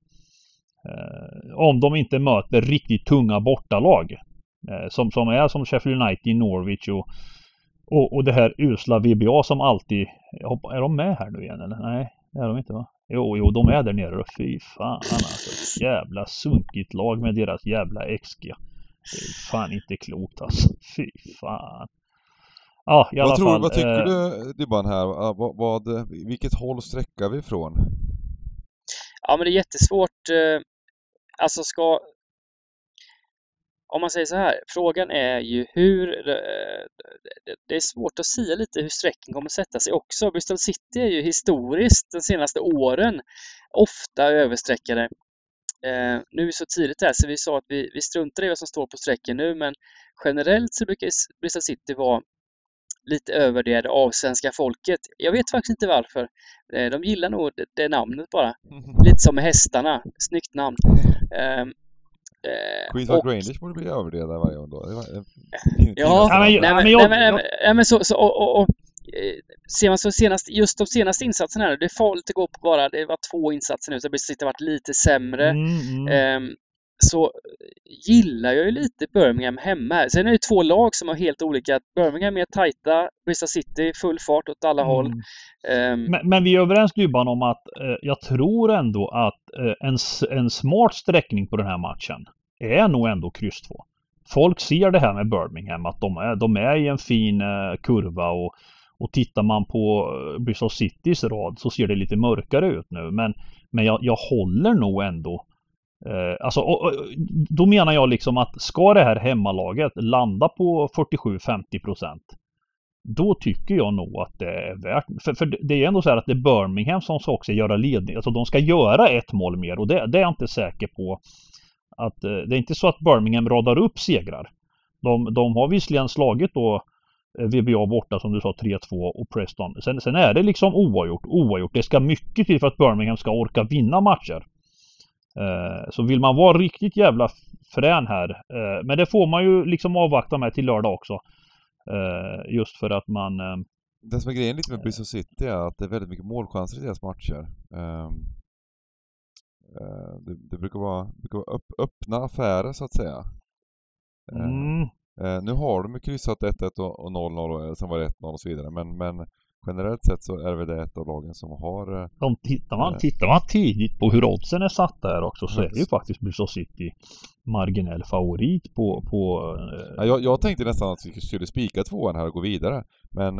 S1: om de inte möter riktigt tunga bortalag som är som Sheffield United, Norwich och det här usla VBA som alltid, är de med här nu igen eller? Nej, det är de inte, va? Jo, de är där nere. Fy fan alltså. Jävla sunkigt lag med deras jävla XG. Det är fan inte klokt alltså. Fy fan. Ja, i alla fall.
S2: Vad tycker du, Dybban här? Vilket håll sträckar vi ifrån?
S3: Ja, men det är jättesvårt. Alltså om man säger så här, frågan är ju det är svårt att säga lite hur sträcken kommer sätta sig också. Bristol City är ju historiskt de senaste åren ofta översträckade. Nu är vi så tidigt här så vi sa att vi struntar i vad som står på sträcken nu, men generellt så brukar Bristol City vara lite övervärderade av svenska folket. Jag vet faktiskt inte varför. De gillar nog det namnet bara. Lite som med hästarna. Snyggt namn.
S2: Queens Park Rangers borde bli överdelade varje gång då.
S3: Ser man så just de senaste insatserna här, det får lite gå på bara, det var 2 insatser nu så det har varit lite sämre. Så gillar jag ju lite Birmingham hemma. Sen är det 2 lag som har helt olika. Birmingham är tajta, Bristol City full fart åt alla håll.
S1: Men vi är överens, Dybban, om att jag tror ändå att en smart sträckning på den här matchen är nog ändå kryss 2. Folk ser det här med Birmingham, att de är i en fin kurva, och tittar man på Bristol Citys rad så ser det lite mörkare ut nu. Men jag håller nog ändå. Alltså, då menar jag liksom att ska det här hemmalaget landa på 47-50%, då tycker jag nog att det är värt. För det är ändå så här att det är Birmingham som ska också göra ledning. Alltså de ska göra ett mål mer, och det är jag inte säker på. Att det är inte så att Birmingham radar upp segrar. De har visserligen slagit då VBA borta som du sa 3-2 och Preston. Sen är det liksom oavgjort. Det ska mycket till för att Birmingham ska orka vinna matcher. Så vill man vara riktigt jävla frän här, men det får man ju liksom avvakta med till lördag också, just för att man
S2: det som är grejen lite med Bristol City är att det är väldigt mycket målchanser i deras matcher. Det brukar vara öppna affärer så att säga. Nu har de ju kryssat 1-1 och 0-0 och sen var det 1-0 och så vidare, men generellt sett så är det ett av lagen som har...
S1: Tittar man tidigt på hur oddsen är satta här också, så är det ju faktiskt Bristol City marginell favorit på...
S2: Ja, jag tänkte nästan att vi skulle spika 2:an här och gå vidare. Men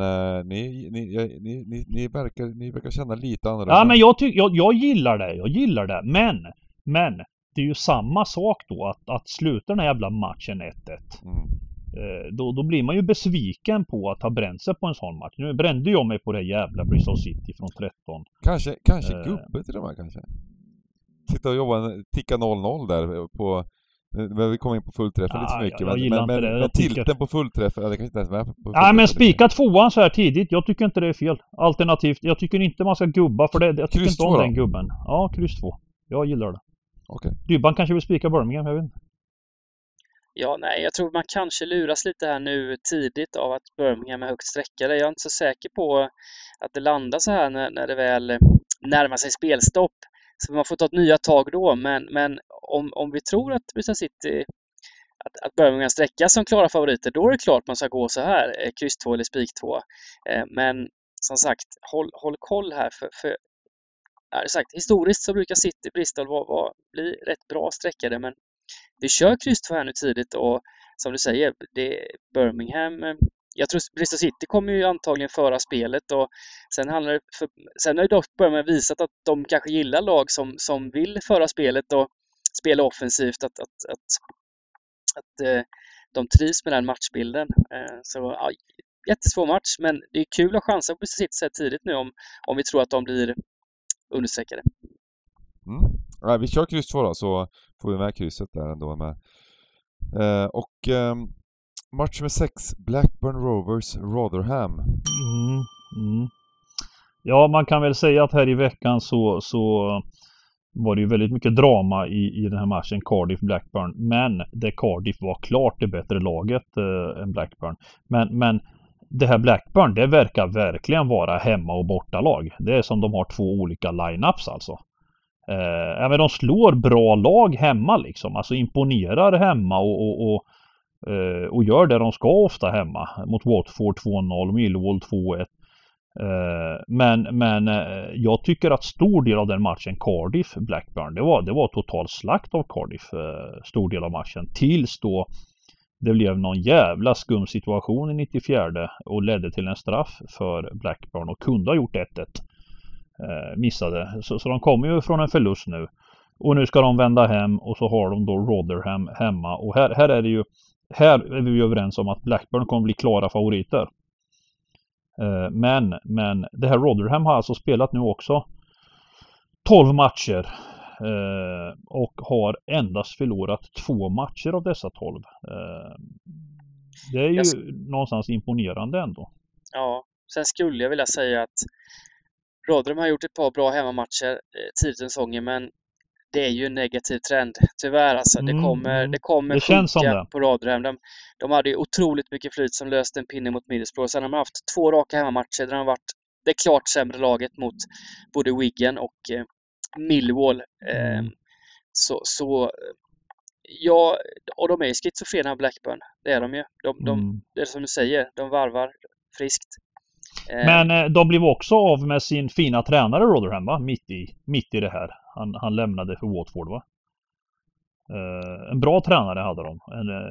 S2: ni verkar känna lite annorlunda.
S1: Ja, men jag gillar det. Men det är ju samma sak då att sluta den här jävla matchen 1-1. Då blir man ju besviken på att ha bränt sig på en sån match. Nu brände jag mig på det jävla Bristol City från 13.
S2: Kanske gubbe till och med kanske. Sitta och jobba, ticka 0-0 där på... Vi kommer in på fullträffen lite för mycket. Men tilten på fullträffen, det kanske inte ens är med på.
S1: Nej, men spika 2:an så här tidigt. Jag tycker inte det är fel. Alternativt, jag tycker inte man ska gubba för det. Jag tycker inte om den gubben. Ja, kryss 2. Jag gillar det.
S2: Okej.
S1: Dybban kanske vill spika Birmingham, jag vet inte.
S3: Ja, nej, jag tror man kanske luras lite här nu tidigt av att Birmingham är högt sträckade. Jag är inte så säker på att det landar så här när det väl närmar sig spelstopp. Så man får ta ett nya tag då, men om vi tror att Bristol City, att Birmingham sträckas som klara favoriter, då är det klart man ska gå så här, kryss 2 eller spik 2. Men som sagt, håll koll här, för sagt, historiskt så brukar City, Bristol bli rätt bra sträckade, men vi kör kryss 2 här nu tidigt och som du säger, det är Birmingham. Jag tror Bristol City kommer ju antagligen föra spelet och sen har ju dock Birmingham visat att de kanske gillar lag som vill föra spelet och spela offensivt, att de trivs med den matchbilden. Så ja, jättesvår match, men det är kul att chansa på Bristol City så här tidigt nu om vi tror att de blir understreckade.
S2: Ja, vi kör kryss 2 då, så får vi med krysset där ändå med. Match med 6, Blackburn Rovers Rotherham.
S1: Ja, man kan väl säga att här i veckan så var det ju väldigt mycket drama i den här matchen Cardiff-Blackburn. Men det Cardiff var klart det bättre laget än Blackburn. Men det här Blackburn, det verkar verkligen vara hemma- och bortalag. Det är som de har 2 olika lineups alltså. Men de slår bra lag hemma liksom. Alltså imponerar hemma och gör det de ska ofta hemma. Mot Watford 2-0, Millwall 2-1. Men jag tycker att stor del av den matchen Cardiff-Blackburn, det var total slakt av Cardiff, stor del av matchen. Tills då det blev någon jävla skum situation i 94 och ledde till en straff för Blackburn och kunde ha gjort 1-1. Missade. Så de kommer ju från en förlust nu. Och nu ska de vända hem och så har de då Rotherham hemma. Och här är vi överens om att Blackburn kommer bli klara favoriter. Men det här Rotherham har alltså spelat nu också 12 matcher. Och har endast förlorat 2 matcher av dessa 12. Det är ju någonstans imponerande ändå.
S3: Ja, sen skulle jag vilja säga att Rotherham har gjort ett par bra hemmamatcher tidigt i säsongen, men det är ju en negativ trend. Tyvärr alltså. Det kommer
S1: det känns som det
S3: på Rotherham. De hade ju otroligt mycket flyt som löste en pinne mot Middlesbrough. Sen har de haft 2 raka hemmamatcher där de har varit det klart sämre laget mot både Wigan och Millwall. Ja, och de är ju schizofrena Blackburn. Det är de ju. Det är som du säger, de varvar friskt.
S1: Men de blev också av med sin fina tränare Rotherham, va? Mitt i det här. Han lämnade för Watford, va? En bra tränare hade de.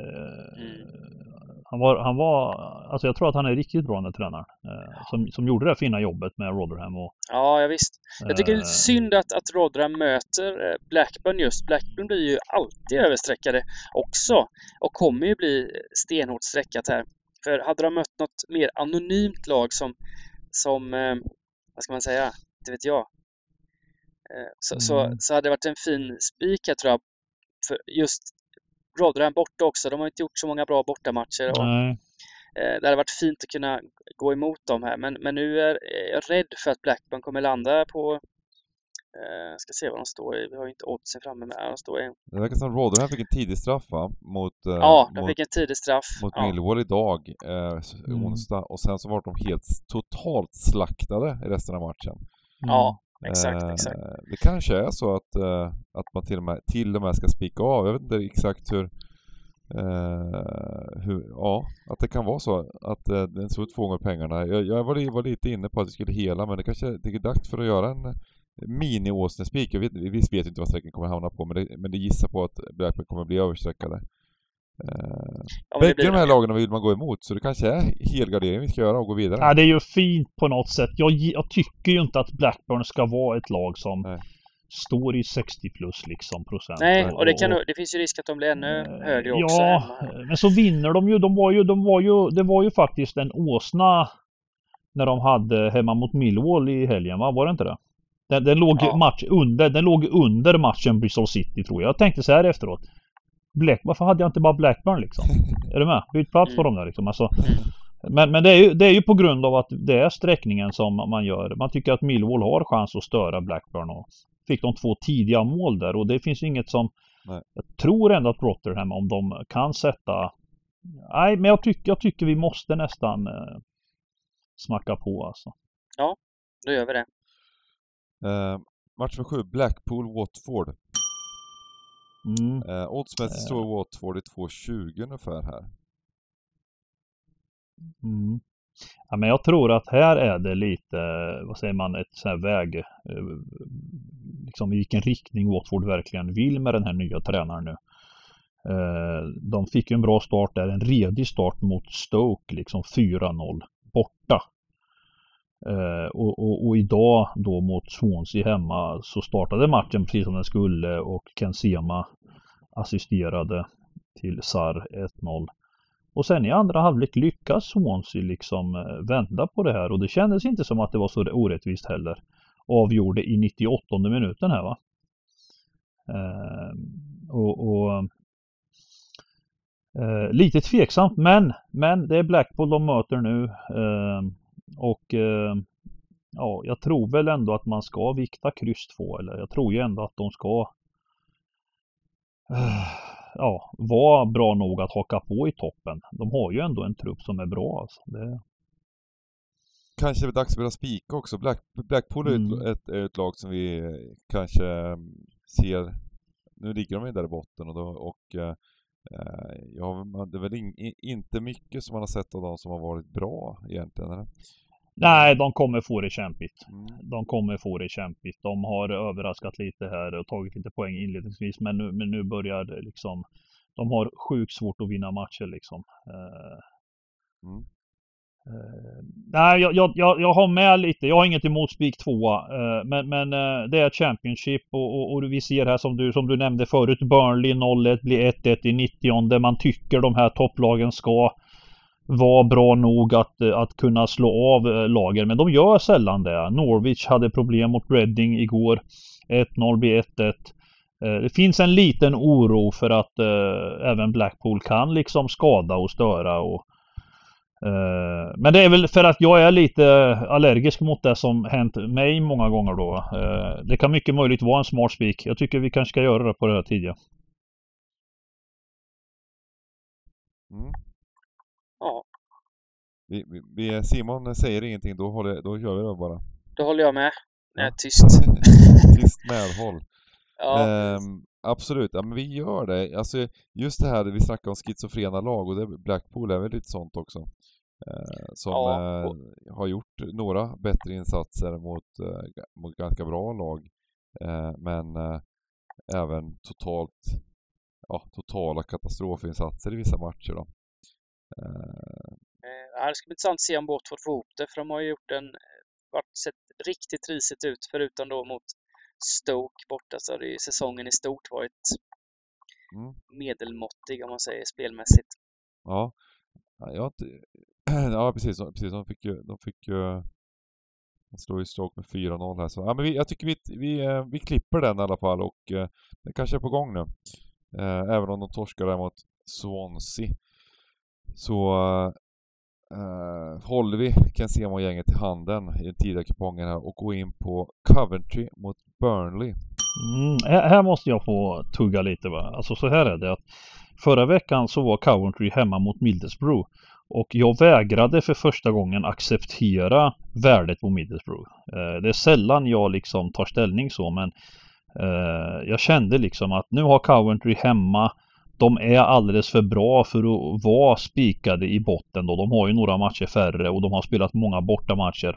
S1: Han var alltså jag tror att han är riktigt bra, den här tränaren. Som gjorde det fina jobbet med Rotherham och
S3: ja, visst. Jag tycker det är synd att Rotherham möter Blackburn just. Blackburn blir ju alltid översträckade också och kommer ju bli stenhårt sträckat här. För hade de mött något mer anonymt lag som vad ska man säga? Det vet jag. Så hade det varit en fin spik här, tror jag. För just Rotherham borta också. De har inte gjort så många bra bortamatcher. Och det hade varit fint att kunna gå emot dem här. Men nu är jag rädd för att Blackburn kommer landa på... ska se vad de står i. Vi har ju inte oddsen framme med. De står i...
S2: Det verkar som Rotherham fick en tidig straff, va?
S3: De fick en tidig straff.
S2: Mot Millwall idag, onsdag. Och sen så var de helt totalt slaktade i resten av matchen.
S3: Ja, exakt.
S2: Det kanske är så att man till och med ska spika av. Jag vet inte exakt hur att det kan vara så att den så 2 gånger pengarna. Jag var lite inne på att vi skulle hela, men det kanske är dags för att göra en mini-Åsnespik. Vi vet inte vad sträcken kommer hamna på, men det gissar på att Blackburn kommer bli översträckade. Bägge de här lagarna vill man gå emot, så det kanske är helgardering vi ska göra och gå vidare.
S1: Ja, det är ju fint på något sätt. Jag tycker ju inte att Blackburn ska vara ett lag står i 60 plus liksom procent.
S3: Nej, och det finns ju risk att de blir ännu högre också.
S1: Ja, men så vinner de ju. Det var ju faktiskt en åsna när de hade hemma mot Millwall i helgen, va? Var det inte det? Den låg under matchen Bristol City, tror jag. Jag tänkte så här efteråt. Varför hade jag inte bara Blackburn liksom? Är du med? Byt plats på dem där liksom. Alltså, men det är ju på grund av att det är sträckningen som man gör. Man tycker att Millwall har chans att störa Blackburn, och fick de 2 tidiga mål där, och det finns inget som... Nej. Jag tror ändå att Rotherham, om de kan sätta... Nej, men jag tycker vi måste nästan smacka på alltså.
S3: Ja, då gör vi det.
S2: Match med 7, Blackpool-Watford. Oddsmässigt står Watford i 2,20 ungefär här.
S1: Ja, men jag tror att här är det lite, vad säger man, ett sån här väg, liksom i vilken riktning Watford verkligen vill med den här nya tränaren nu. De fick ju en bra start där, en redig start mot Stoke, liksom 4-0 borta. Och idag då mot Swansea hemma så startade matchen precis som den skulle, och Ken Sema assisterade till Sarr 1-0. Och sen i andra halvlek lyckas Swansea liksom vända på det här, och det kändes inte som att det var så orättvist heller. Avgjorde i 98:e minuten här, va? Lite tveksamt, men det är Blackpool de möter nu. Ja, jag tror väl ändå att man ska vikta kryss 2, eller jag tror ju ändå att de ska vara bra nog att haka på i toppen. De har ju ändå en trupp som är bra alltså.
S2: Kanske är det dags att spela spika också. Blackpool är ett lag som vi kanske ser, nu ligger de ju där i botten, det är väl inte mycket som man har sett av dem som har varit bra egentligen, eller?
S1: Nej, de kommer få det kämpigt. De har överraskat lite här och tagit lite poäng inledningsvis, men nu börjar det liksom, de har sjukt svårt att vinna matcher liksom. Nej, jag har med lite. Jag har inget emot spik 2, men det är Championship, och vi ser här som du nämnde förut, Burnley 0-1 blir 1-1 i 90:e. Man tycker de här topplagen ska vara bra nog att kunna slå av lager, men de gör sällan det. Norwich hade problem mot Reading igår. 1-0 blir 1-1. Det finns en liten oro för att även Blackpool kan liksom skada och störa, men det är väl för att jag är lite allergisk mot det som hänt mig många gånger då. Det kan mycket möjligt vara en smart spik. Jag tycker vi kanske ska göra det på det här tidiga.
S3: Ja.
S2: Simon säger ingenting, då gör vi det bara.
S3: Då håller jag med. Nej, tyst.
S2: Tyst medhåll.
S3: Ja.
S2: Absolut, ja, men vi gör det. Alltså, just det här, vi snackar om schizofrena lag, och Blackpool är väl lite sånt också. Som har gjort några bättre insatser mot ganska bra lag. Men även totala katastrofinsatser i vissa matcher då.
S3: Det ska bli intressant att se om Watford får ihop det, för de har ju sett riktigt risigt ut, förutom då mot Stoke borta, så har säsongen i stort varit medelmåttig, om man säger, spelmässigt.
S2: Ja, precis. De fick ju slå i Stoke med 4-0 här. Så, ja, men jag tycker vi klipper den i alla fall, och det kanske är på gång nu. Även om de torskar där mot Swansea, så håller vi Ken Sema-gänget i handen i den tidiga kupongen här och går in på Coventry mot Burnley.
S1: Här måste jag få tugga lite, va? Alltså så här är det att förra veckan så var Coventry hemma mot Middlesbrough, och jag vägrade för första gången acceptera värdet på Middlesbrough. Det är sällan jag liksom tar ställning så, men jag kände liksom att nu har Coventry hemma. De är alldeles för bra för att vara spikade i botten då. De har ju några matcher färre och de har spelat många bortamatcher.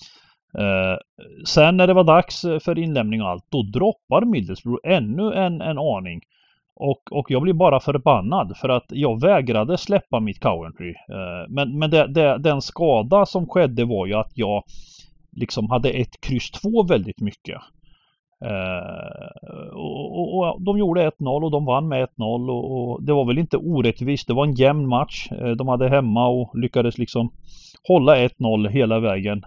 S1: Sen när det var dags för inlämning och allt, då droppar Middlesbrough ännu en aning. Och jag blir bara förbannad för att jag vägrade släppa mitt Coventry. Men den skada som skedde var ju att jag liksom hade ett kryss 2 väldigt mycket. Och de gjorde 1-0 och de vann med 1-0 och det var väl inte orättvist. Det var en jämn match. De hade hemma och lyckades liksom hålla 1-0 hela vägen.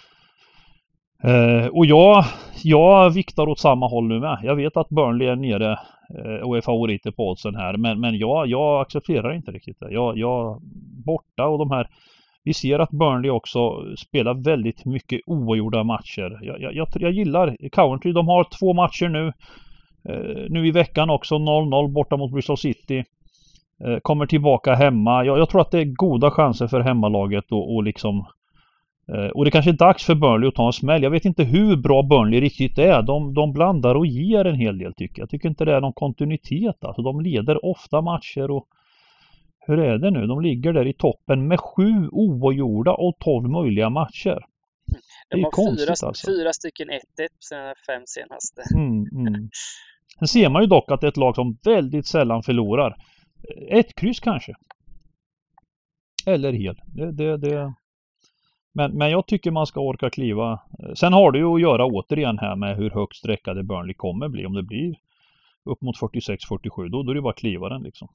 S1: Och jag viktar åt samma håll nu med. Jag vet att Burnley är nere och är favoriter på oddsen här. Men jag accepterar inte riktigt det. Jag borta och de här. Vi ser att Burnley också spelar väldigt mycket oavgjorda matcher. Jag gillar Coventry. De har 2 matcher nu. Nu i veckan också 0-0 borta mot Bristol City. Kommer tillbaka hemma. Jag tror att det är goda chanser för hemmalaget och liksom. Och det kanske är dags för Burnley att ta en smäll. Jag vet inte hur bra Burnley riktigt är. De blandar och ger en hel del tycker jag. Jag tycker inte det är någon kontinuitet. Alltså de leder ofta matcher och hur är det nu? De ligger där i toppen med 7 oavgjorda och 12 möjliga matcher.
S3: De har konstigt, alltså. 4 stycken 1-1 sen 5 senaste.
S1: Sen ser man ju dock att det är ett lag som väldigt sällan förlorar. 1 kryss kanske. Eller hel. Men jag tycker man ska orka kliva. Sen har det ju att göra återigen här med hur högt sträckade Burnley kommer bli. Om det blir upp mot 46-47 då är det bara att kliva den liksom.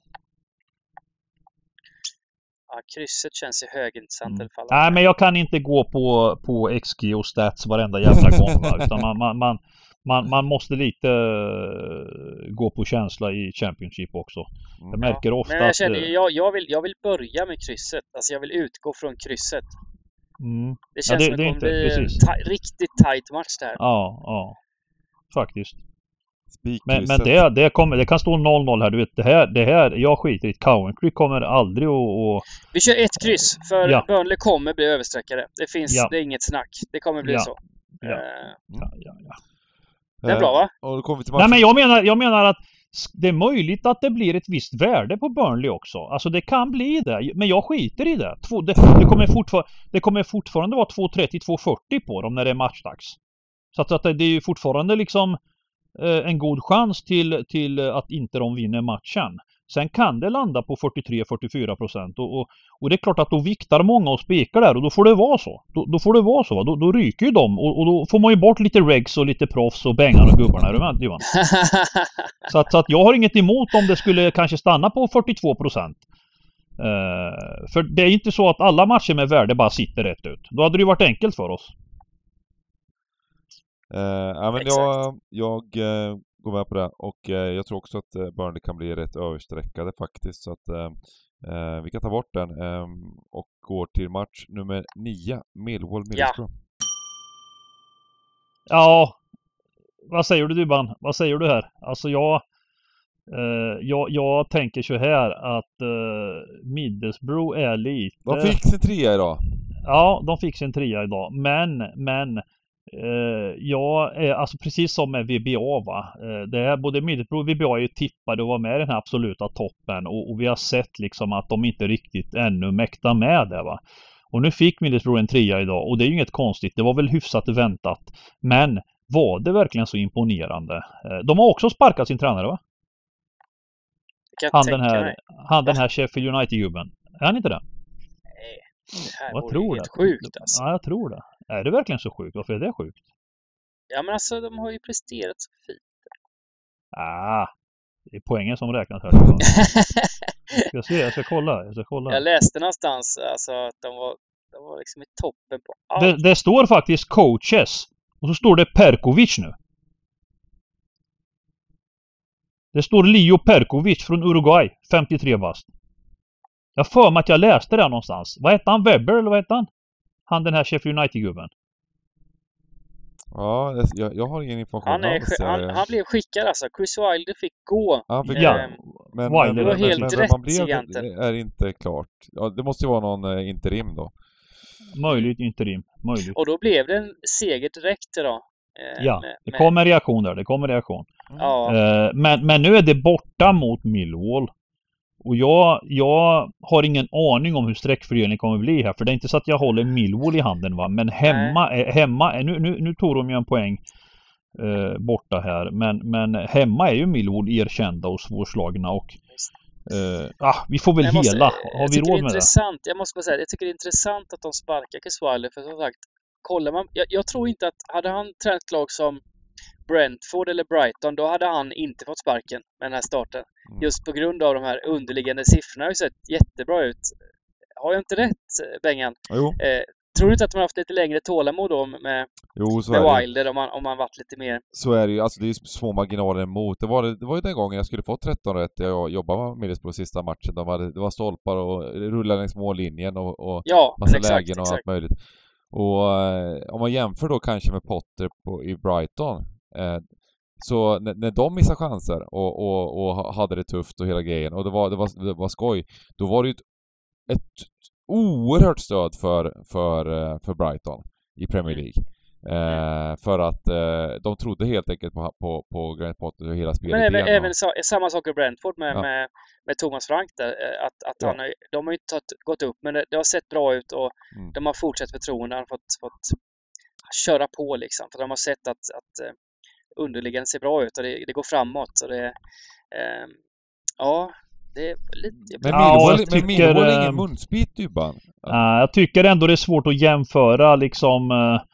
S3: Ja, krysset känns ju högintressant i alla fall.
S1: Nej, men jag kan inte gå på XG och stats varenda jävla gång. Va? Utan man måste lite gå på känsla i Championship också. Jag märker ofta
S3: men jag känner, jag vill börja med krysset. Alltså jag vill utgå från krysset. Det känns som att det kommer bli en riktigt tight match där.
S1: Ja. Faktiskt. Men det kan stå 0-0 här. Du vet, det här jag skiter i. Coventry kommer aldrig att...
S3: Vi kör 1 kryss. För Burnley kommer bli översträckare. Det är inget snack. Det kommer bli så.
S1: Ja.
S3: Det är bra va?
S1: Nej, men jag menar att det är möjligt att det blir ett visst värde på Burnley också. Alltså det kan bli det. Men jag skiter i det. Det kommer fortfarande vara 2.30-2.40 på dem när det är matchdags. Så att det är ju fortfarande liksom en god chans till att inte de vinner matchen. Sen kan det landa på 43-44% och det är klart att då viktar många och spekar där och då får det vara så. Då får det vara så va? Då ryker ju de och då får man ju bort lite regs och lite proffs och bängar och gubbarna. Är du med, Johan? Så att jag har inget emot om det skulle kanske stanna på 42%. För det är inte så att alla matcher med värde bara sitter rätt ut. Då hade det ju varit enkelt för oss.
S2: Men jag går med på det och jag tror också att Burnley kan bli rätt översträckade faktiskt så att vi kan ta bort den och går till match nummer 9 Millwall-Middlesbrough.
S1: Ja, vad säger du Dybban? Vad säger du här? Alltså jag tänker så här att Middlesbrough är lite...
S2: De fick sin 3 idag.
S1: Ja, de fick sin 3 idag. Men jag är alltså precis som med VBA va. Det är både Middlesbrough och VBA är ju tippade och var med i den här absoluta toppen och vi har sett liksom att de inte riktigt ännu mäktar med det va. Och nu fick Middlesbrough en 3 idag och det är ju inget konstigt. Det var väl hyfsat väntat. Men var det verkligen så imponerande? De har också sparkat sin tränare va? Han den här Sheffield United-gubben. Är han inte det?
S3: Nej, det här
S1: jag tror
S3: helt sjukt alltså.
S1: Ja, jag tror det. Är det verkligen så sjukt? Varför är det sjukt?
S3: Ja, men alltså de har ju presterat så fint.
S1: Det är poängen som räknas här. Jag ska kolla.
S3: Jag läste någonstans alltså, att de var liksom i toppen på allt.
S1: Det står faktiskt coaches. Och så står det Perkovic nu. Det står Leo Perkovic från Uruguay, 53 bast. Jag för mig att jag läste det någonstans. Vad heter han? Webber eller vad heter han? Han den här Sheffield United-gubben.
S2: Ja, jag har ingen information.
S3: Han blev skickad alltså. Chris Wilder fick gå.
S2: Men
S3: det var helt rätt egentligen.
S2: Är inte klart. Ja, det måste ju vara någon interim då.
S1: Möjligt interim. Möjligt.
S3: Och då blev det en seger direkt idag.
S1: Det kommer reaktion där.
S3: Ja.
S1: Men nu är det borta mot Millwall. Och jag har ingen aning om hur sträckfördelningen kommer bli här. För det är inte så att jag håller Millwall i handen va. Men hemma nu tog de ju en poäng borta här. Men hemma är ju Millwall erkända och svårslagna. Och vi får väl hela. Har vi råd med det?
S3: Jag måste bara säga, jag tycker det är intressant att de sparkar Chris Wilder. För som sagt, kollar man, jag tror inte att hade han tränat lag som Brentford eller Brighton, då hade han inte fått sparken med den här starten.
S2: Mm.
S3: Just på grund av de här underliggande siffrorna har ju sett jättebra ut. Har jag inte rätt, Bengan?
S2: Jo,
S3: Tror du inte att man har haft lite längre tålamod då med
S2: så är
S3: med
S2: det.
S3: Wilder om man varit lite mer...
S2: Så är det ju. Alltså det är små marginaler emot. Det var ju den gången jag skulle få 13 rätt. Jag jobbade med Middlesbrough sista matchen. Det var stolpar och rullade längs mållinjen och
S3: ja,
S2: massa
S3: exakt,
S2: lägen och allt möjligt. Och om man jämför då kanske med Potter i Brighton, så när de missade chanser och hade det tufft och hela grejen, och det var skoj, då var det ju ett oerhört stöd för Brighton i Premier League. För att de trodde helt enkelt på Grant Potter och hela spelet.
S3: Men även samma sak i Brentford med Thomas Frank där. Att de har ju inte gått upp, men det har sett bra ut och de har fortsatt förtroende. Han har fått köra på liksom. För de har sett att underliggande ser bra ut och det går framåt. Så det det är lite...
S2: Men Millwall är ingen munsbit, Dybban.
S1: Jag tycker ändå det är svårt att jämföra liksom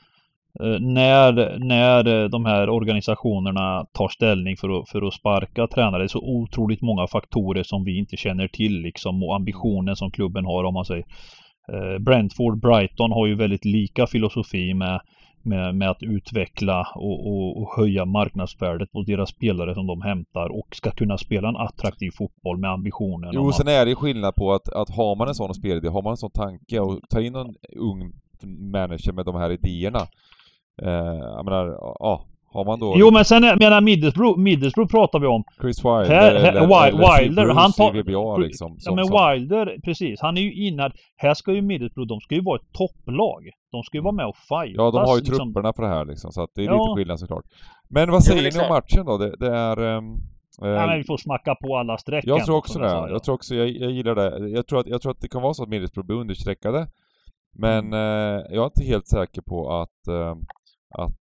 S1: när de här organisationerna tar ställning för att sparka tränare. Det är så otroligt många faktorer som vi inte känner till liksom, och ambitionen som klubben har, om man säger. Brentford, Brighton har ju väldigt lika filosofi med att utveckla och höja marknadsvärdet på deras spelare som de hämtar och ska kunna spela en attraktiv fotboll med ambitionen.
S2: Jo, sen är det skillnad på att har man en sån spelidé, har man en sån tanke och tar in en ung manager med de här idéerna. Jag menar, har man då...
S1: Jo, men sen menar Middlesbrough pratar vi om.
S2: Chris Wilder,
S1: Wilder, han tar...
S2: VBA, liksom,
S1: Wilder, precis. Han är ju innan... Här ska ju Middlesbrough, de ska ju vara ett topplag. De ska ju vara med och fightas.
S2: Ja, de har ju
S1: liksom
S2: trupperna för det här liksom, så att det är lite skillnad såklart. Men vad säger ni om matchen då? Det är...
S1: men vi får smacka på alla streck.
S2: Jag tror också det. Jag gillar det. Jag tror att det kan vara så att Middlesbrough blir understreckade. Men jag är inte helt säker på att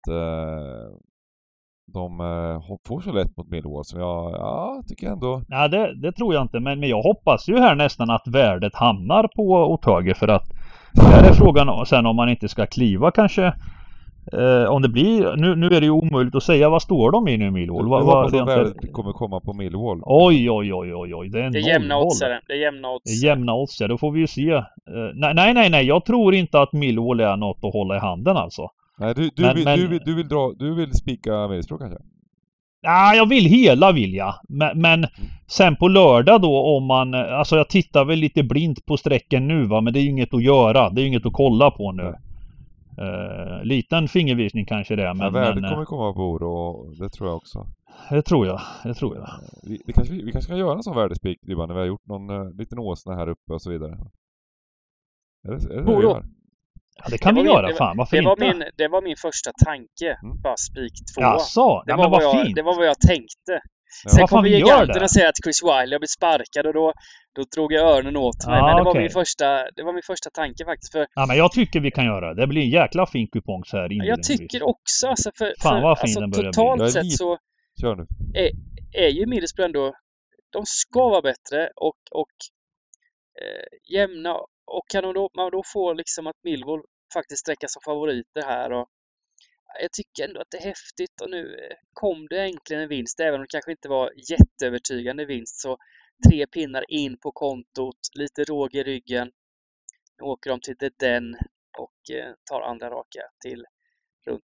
S2: de får så lätt mot Millwall som jag tycker ändå.
S1: Nej, det tror jag inte, men jag hoppas ju här nästan att värdet hamnar på Otago, för att där är frågan sen om man inte ska kliva kanske, om det blir, nu är det ju omöjligt att säga vad står de i nu, Millwall.
S2: Jag hoppas att värdet kommer komma på Millwall.
S1: Oj, det är
S3: jämna odds. Det är jämna odds,
S1: då får vi ju se. Nej, jag tror inte att Millwall är något att hålla i handen alltså.
S2: Nej, du vill spika Middlesbrough kanske?
S1: Ja, jag vill jag. Men sen på lördag då, om man... Alltså jag tittar väl lite blint på sträcken nu, va? Men det är ju inget att göra. Det är ju inget att kolla på nu. Liten fingervisning kanske det. Men
S2: värdet kommer komma på bord, och det tror jag också.
S1: Det tror jag.
S2: Vi kanske kan göra en sån värdespik när vi har gjort någon liten åsna här uppe och så vidare. Är det
S1: Ja, det kan vi göra, fan. Varför inte?
S3: Det var min första tanke. Bara spik 2.
S1: Jaså?
S3: Det var vad jag tänkte.
S2: Ja.
S3: Sen kom giganterna säga att Chris Wilder har blivit sparkad, och då drog jag öronen åt mig. Men det var min första tanke faktiskt.
S1: Ja, men jag tycker vi kan göra det. Det blir en jäkla fin kupong så här inledningsvis.
S3: Jag tycker också. Alltså,
S1: fan vad fin den börjar
S3: totalt bli. Sett så
S2: Kör nu.
S3: är ju Middlesbrough ändå... De ska vara bättre och jämna. Och kan man då få liksom att Millwall faktiskt sträcka som favoriter här, och jag tycker ändå att det är häftigt, och nu kom det äntligen en vinst, även om det kanske inte var jätteövertygande vinst, så 3 pinnar in på kontot, lite råg i ryggen. Nu åker de till The Den och tar andra raka till runt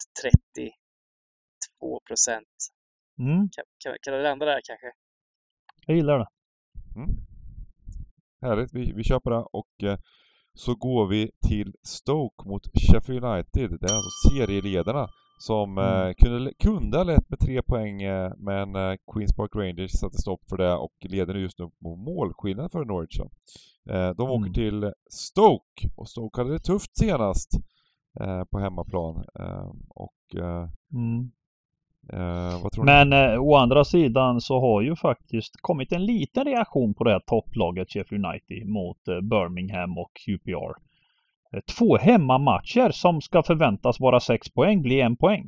S3: 32%. Kan det landa där kanske?
S1: Jag gillar det.
S2: Härligt, vi köper det, och så går vi till Stoke mot Sheffield United. Det är alltså serieledarna som kunde ha lett med 3 poäng, men Queens Park Rangers satte stopp för det och leder nu just nu på målskillnad för Norwich. De åker till Stoke, och Stoke hade det tufft senast på hemmaplan. Vad tror
S1: men å andra sidan så har ju faktiskt kommit en liten reaktion på det här topplaget Sheffield United mot Birmingham och QPR. 2 hemmamatcher som ska förväntas vara 6 poäng blir 1 poäng.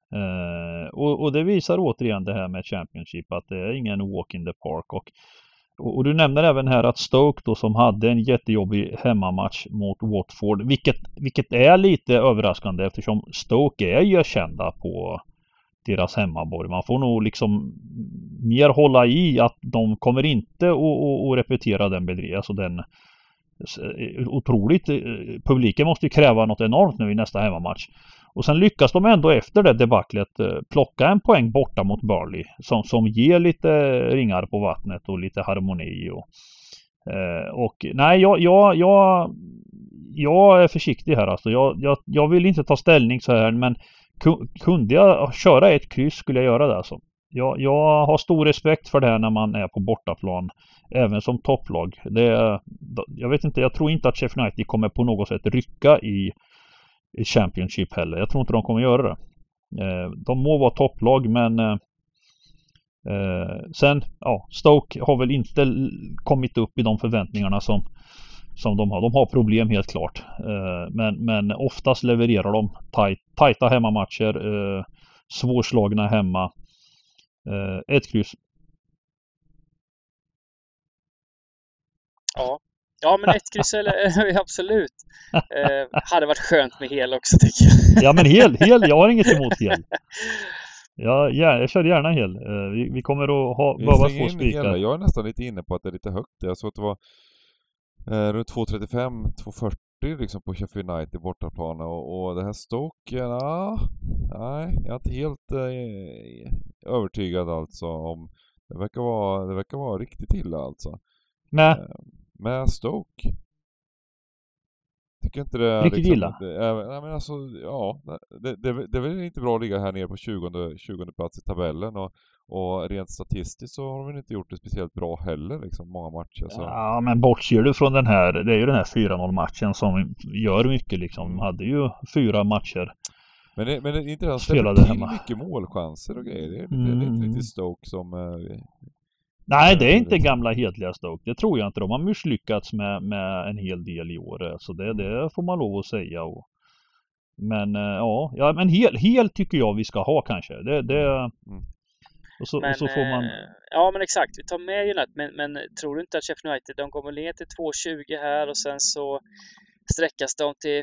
S1: Och det visar återigen det här med Championship, att det är ingen walk in the park. Och och du nämner även här att Stoke då som hade en jättejobbig hemmamatch mot Watford, vilket är lite överraskande eftersom Stoke är ju kända på deras hemmaborg. Man får nog liksom mer hålla i att de kommer inte att repetera den bedrift, alltså den otroligt, publiken måste ju kräva något enormt nu i nästa hemmamatch. Och sen lyckas de ändå efter det debaclet plocka en poäng borta mot Burnley som ger lite ringar på vattnet och lite harmoni och nej, jag är försiktig här alltså. Jag vill inte ta ställning så här, men kunde jag köra ett kryss skulle jag göra det alltså. Jag har stor respekt för det här när man är på bortaplan, även som topplag. Jag vet inte, jag tror inte att Sheffield United kommer på något sätt rycka i Championship heller. Jag tror inte de kommer göra det. De må vara topplag, men sen, ja, Stoke har väl inte kommit upp i de förväntningarna som de har. De har problem helt klart. Men oftast levererar de tajta hemmamatcher, svårslagna hemma. Ett kryss.
S3: Ja, men ett kryss eller absolut. Hade varit skönt med hel också tycker jag.
S1: Ja, men hel, jag har inget emot hel. Jag kör gärna hel. Vi kommer att behöva få spikar.
S2: Jag är nästan lite inne på att det är lite högt. Jag såg att det var runt 2.35, 2.40 liksom på Sheffield United bortaplan och det här Stoke, nej, jag är inte helt övertygad alltså om det verkar vara riktigt illa alltså. Med Stoke. Tycker inte det är
S1: riktigt
S2: liksom,
S1: illa.
S2: Nej men alltså, ja, det är väl inte bra att ligga här nere på 20 plats i tabellen och rent statistiskt så har de väl inte gjort det speciellt bra heller liksom, många matcher så.
S1: Ja, men bortser du från det är ju den här 4-0 matchen som gör mycket liksom. De hade ju 4 matcher.
S2: Men det är inte den släpper till mycket målchanser och grejer. Det är inte riktigt Stoke som
S1: nej, det är inte gamla hedliga Stoke. Det tror jag inte. De har misslyckats med en hel del i år. Så det får man lov att säga. Men ja, men hel tycker jag vi ska ha kanske. Och så får man...
S3: Ja, men exakt. Vi tar med United. Men tror du inte att Sheffield United, de kommer ner till 2,20 här och sen så sträckas de till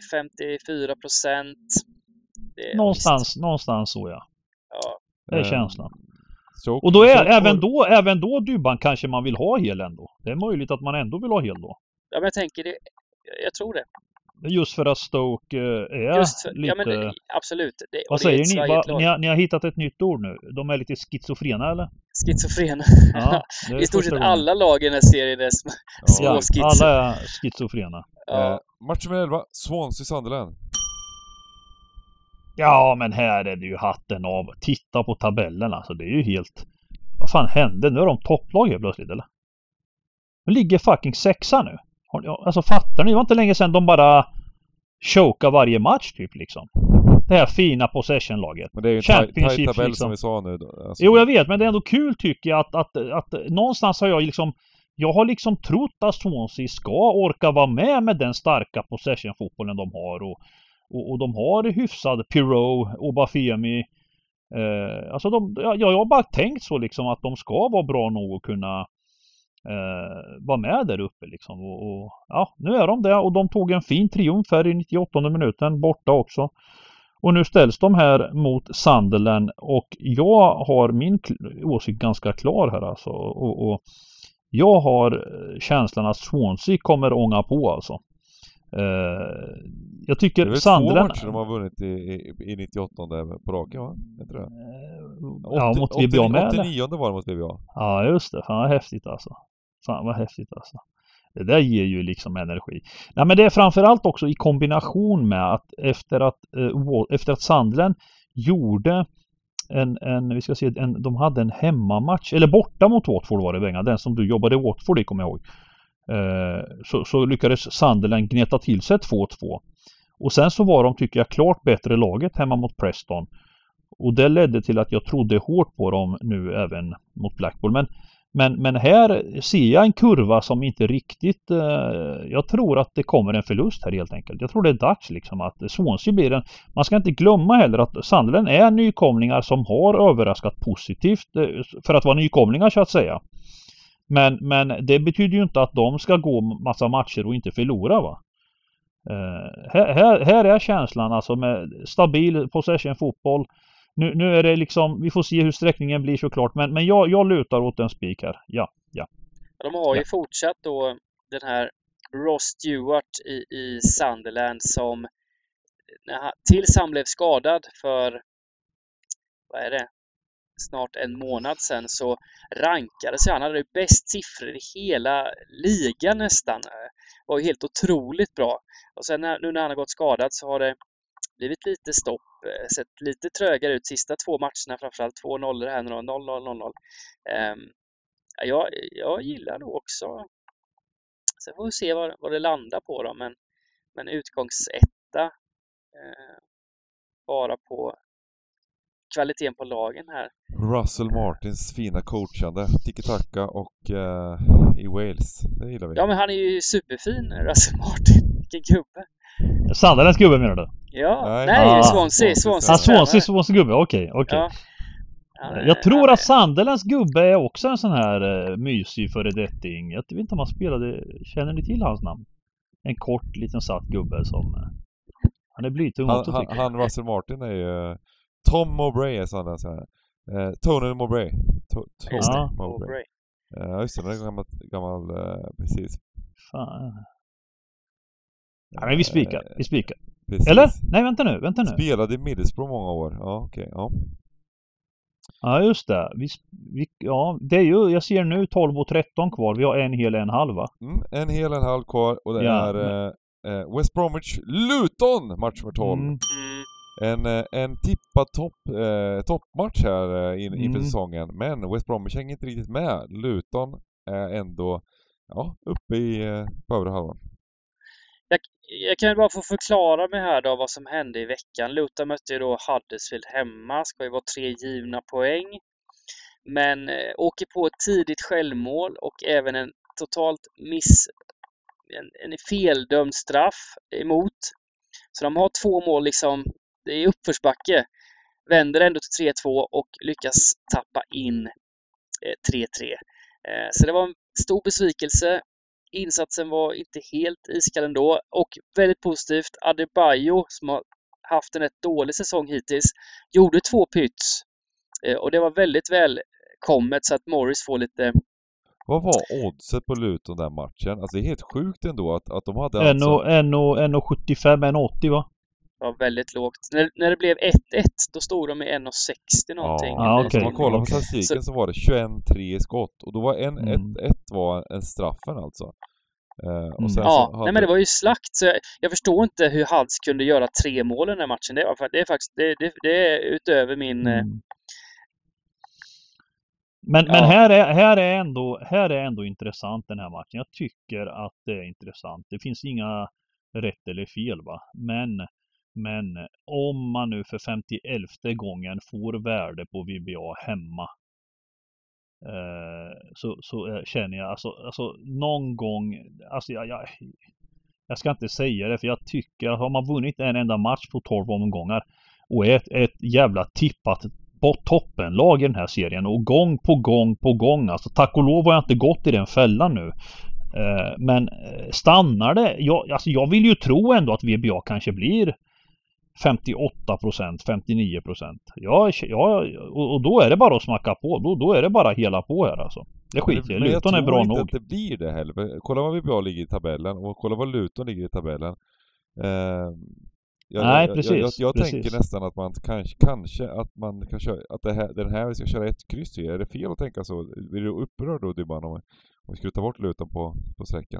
S3: 54%. Någonstans så,
S1: ja. Det är känslan.
S2: Så,
S1: och då är även då Dybban kanske man vill ha hel ändå. Det är möjligt att man ändå vill ha hel då.
S3: Ja, men jag tänker det. Jag tror det.
S1: Just för att Stoke är lite...
S3: Ja, men absolut.
S1: Vad säger ni? Ni har hittat ett nytt ord nu. De är lite schizofrena, eller?
S3: Schizofrena.
S1: Ja,
S3: i stort sett alla lag i den här serien är små schizo.
S1: Alla är schizofrena.
S2: Match med 11, Swansea-Sunderland.
S1: Ja, men här är det ju hatten av. Titta på tabellen alltså. Det är ju helt... Vad fan hände? Nu är de topplag helt plötsligt, eller? De ligger fucking 6 nu. Alltså fattar ni? Det var inte länge sedan de bara chokade varje match typ liksom. Det här fina possession-laget.
S2: Men det är ju en tight tabell liksom, som vi sa nu då. Alltså...
S1: Jo, jag vet, men det är ändå kul tycker jag att någonstans har jag har liksom trott att Swansea ska orka vara med den starka possession-fotbollen de har och de har hyfsad Pirou, Obafemi. Alltså jag har bara tänkt så liksom att de ska vara bra nog att kunna vara med där uppe liksom. Och ja, nu är de där och de tog en fin triumf här i 98:e minuten borta också. Och nu ställs de här mot Sunderland och jag har min åsikt ganska klar här alltså. Och jag har känslan att Swansea kommer ånga på alltså. Jag tycker Sunderland...
S2: Det är 2 matcher de har vunnit i 98:e på raken, va? Vet du det?
S1: Ja, mot VBA med
S2: 89:e var det mot VBA.
S1: Ja, just det. Fan vad häftigt alltså. Det där ger ju liksom energi. Nej, men det är framförallt också i kombination med att efter att Sunderland gjorde de hade en hemmamatch eller borta mot Watford var det Benga, den som du jobbade i Watford, det kommer jag ihåg. Så lyckades Sunderland gneta till sig 2-2. Och sen så var de, tycker jag, klart bättre laget hemma mot Preston. Och det ledde till att jag trodde hårt på dem nu även mot Blackpool. Men här ser jag en kurva som inte riktigt... jag tror att det kommer en förlust här helt enkelt. Jag tror det är dags liksom att Swansea blir en... Man ska inte glömma heller att Sunderland är nykomlingar som har överraskat positivt för att vara nykomlingar så att säga. Men det betyder ju inte att de ska gå massa matcher och inte förlora va. Här är känslan alltså med stabil possession fotboll. Nu är det liksom, vi får se hur sträckningen blir såklart. Men jag lutar åt en spik här. Ja.
S3: De har ju fortsatt då den här Ross Stewart i Sunderland som tills han blev skadad för, vad är det, snart en månad sedan, så rankades han. hade ju bäst siffror i hela ligan nästan. Var ju helt otroligt bra. Och sen nu när han har gått skadad så har det blivit lite stopp. Sett lite trögare ut sista 2 matcherna, framförallt 2-0 här nu, 0-0. Jag gillar nog också. Sen får vi se vad det landar på då, men utgångsetta bara på kvaliteten på lagen här.
S2: Russell Martins fina coachande, tiki-taka och i Wales. Det gillar vi.
S3: Ja, men han är ju superfin, Russell Martin. Vilken gubbe.
S1: Sunderlands gubbe menar du?
S3: Ja, nej, Swansea.
S1: Swansea gubbe, okej.
S3: Ja.
S1: Jag tror att Sunderlands gubbe är också en sån här mysig föredetting. Jag vet inte om han spelade, känner ni till hans namn? En kort liten satt gubbe som han är blytung också tycker jag.
S2: Han Russell Martin är ju Tom Mowbray är sån där. Tony Mowbray.
S3: Tony Mowbray.
S2: Ja, just det, det är gammal precis.
S1: Fan. Ja, men vi spikar.
S2: Precis.
S1: Eller? Nej, vänta nu.
S2: Spelade i Middlesbrough många år. Ja, okej. Ja.
S1: Ja, just det. Det är ju, jag ser nu 12 och 13 kvar. Vi har en hel, en halv va?
S2: En hel, en halv kvar. Och det är West Bromwich Luton, match för 12. En tippad toppmatch här inför säsongen. Men West Bromwich hänger inte riktigt med. Luton är ändå uppe i på övre halvan.
S3: Jag kan ju bara få förklara mig här då vad som hände i veckan. Luton mötte ju då Huddersfield hemma. Ska ju vara 3 givna poäng. Men åker på ett tidigt självmål och även en totalt en feldömd straff emot. Så de har 2 mål liksom. Det är uppförsbacke. Vänder ändå till 3-2 och lyckas tappa in 3-3. Så det var en stor besvikelse. Insatsen var inte helt iskall ändå. Och väldigt positivt, Adebayo som har haft en rätt dålig säsong hittills gjorde 2 pyts. Och det var väldigt välkommet så att Morris får lite...
S2: Vad var oddset på Luton den matchen? Alltså det är helt sjukt ändå att de hade
S1: 1,75, 1,80 va?
S3: Ja, väldigt lågt. När det blev 1-1 då stod de i 1,60 någonting.
S1: Ja, okej.
S2: Om man kollar på statistiken så var det 21-3 skott. Och då var 1-1 var en straffen alltså. Och sen
S3: men det var ju slakt. Så jag förstår inte hur Hudds kunde göra 3 mål i den här matchen. Det är faktiskt det är utöver min...
S1: Men här är ändå intressant den här matchen. Jag tycker att det är intressant. Det finns inga rätt eller fel va. Men om man nu för 51:e gången får värde på VBA hemma så känner jag alltså någon gång, alltså jag ska inte säga det för jag tycker att har man vunnit en enda match på 12 omgångar och är ett jävla tippat på toppenlag i den här serien och gång på gång alltså tack och lov har jag inte gått i den fällan nu. Men stannar det, jag vill ju tro ändå att VBA kanske blir 58%, 59%. Och då är det bara att smacka på. Då är det bara hela på här alltså. Det skiter jag. Luton är bra nog.
S2: Jag tror inte att det blir det heller. Kolla vad VBA ligger i tabellen och kolla vad Luton ligger i tabellen. Jag tänker nästan att man kanske att man kan köra att den här vi ska köra ett kryss i. Är det fel att tänka så? Blir du upprörd då Dybban om vi skulle ta bort Luton på sträckan?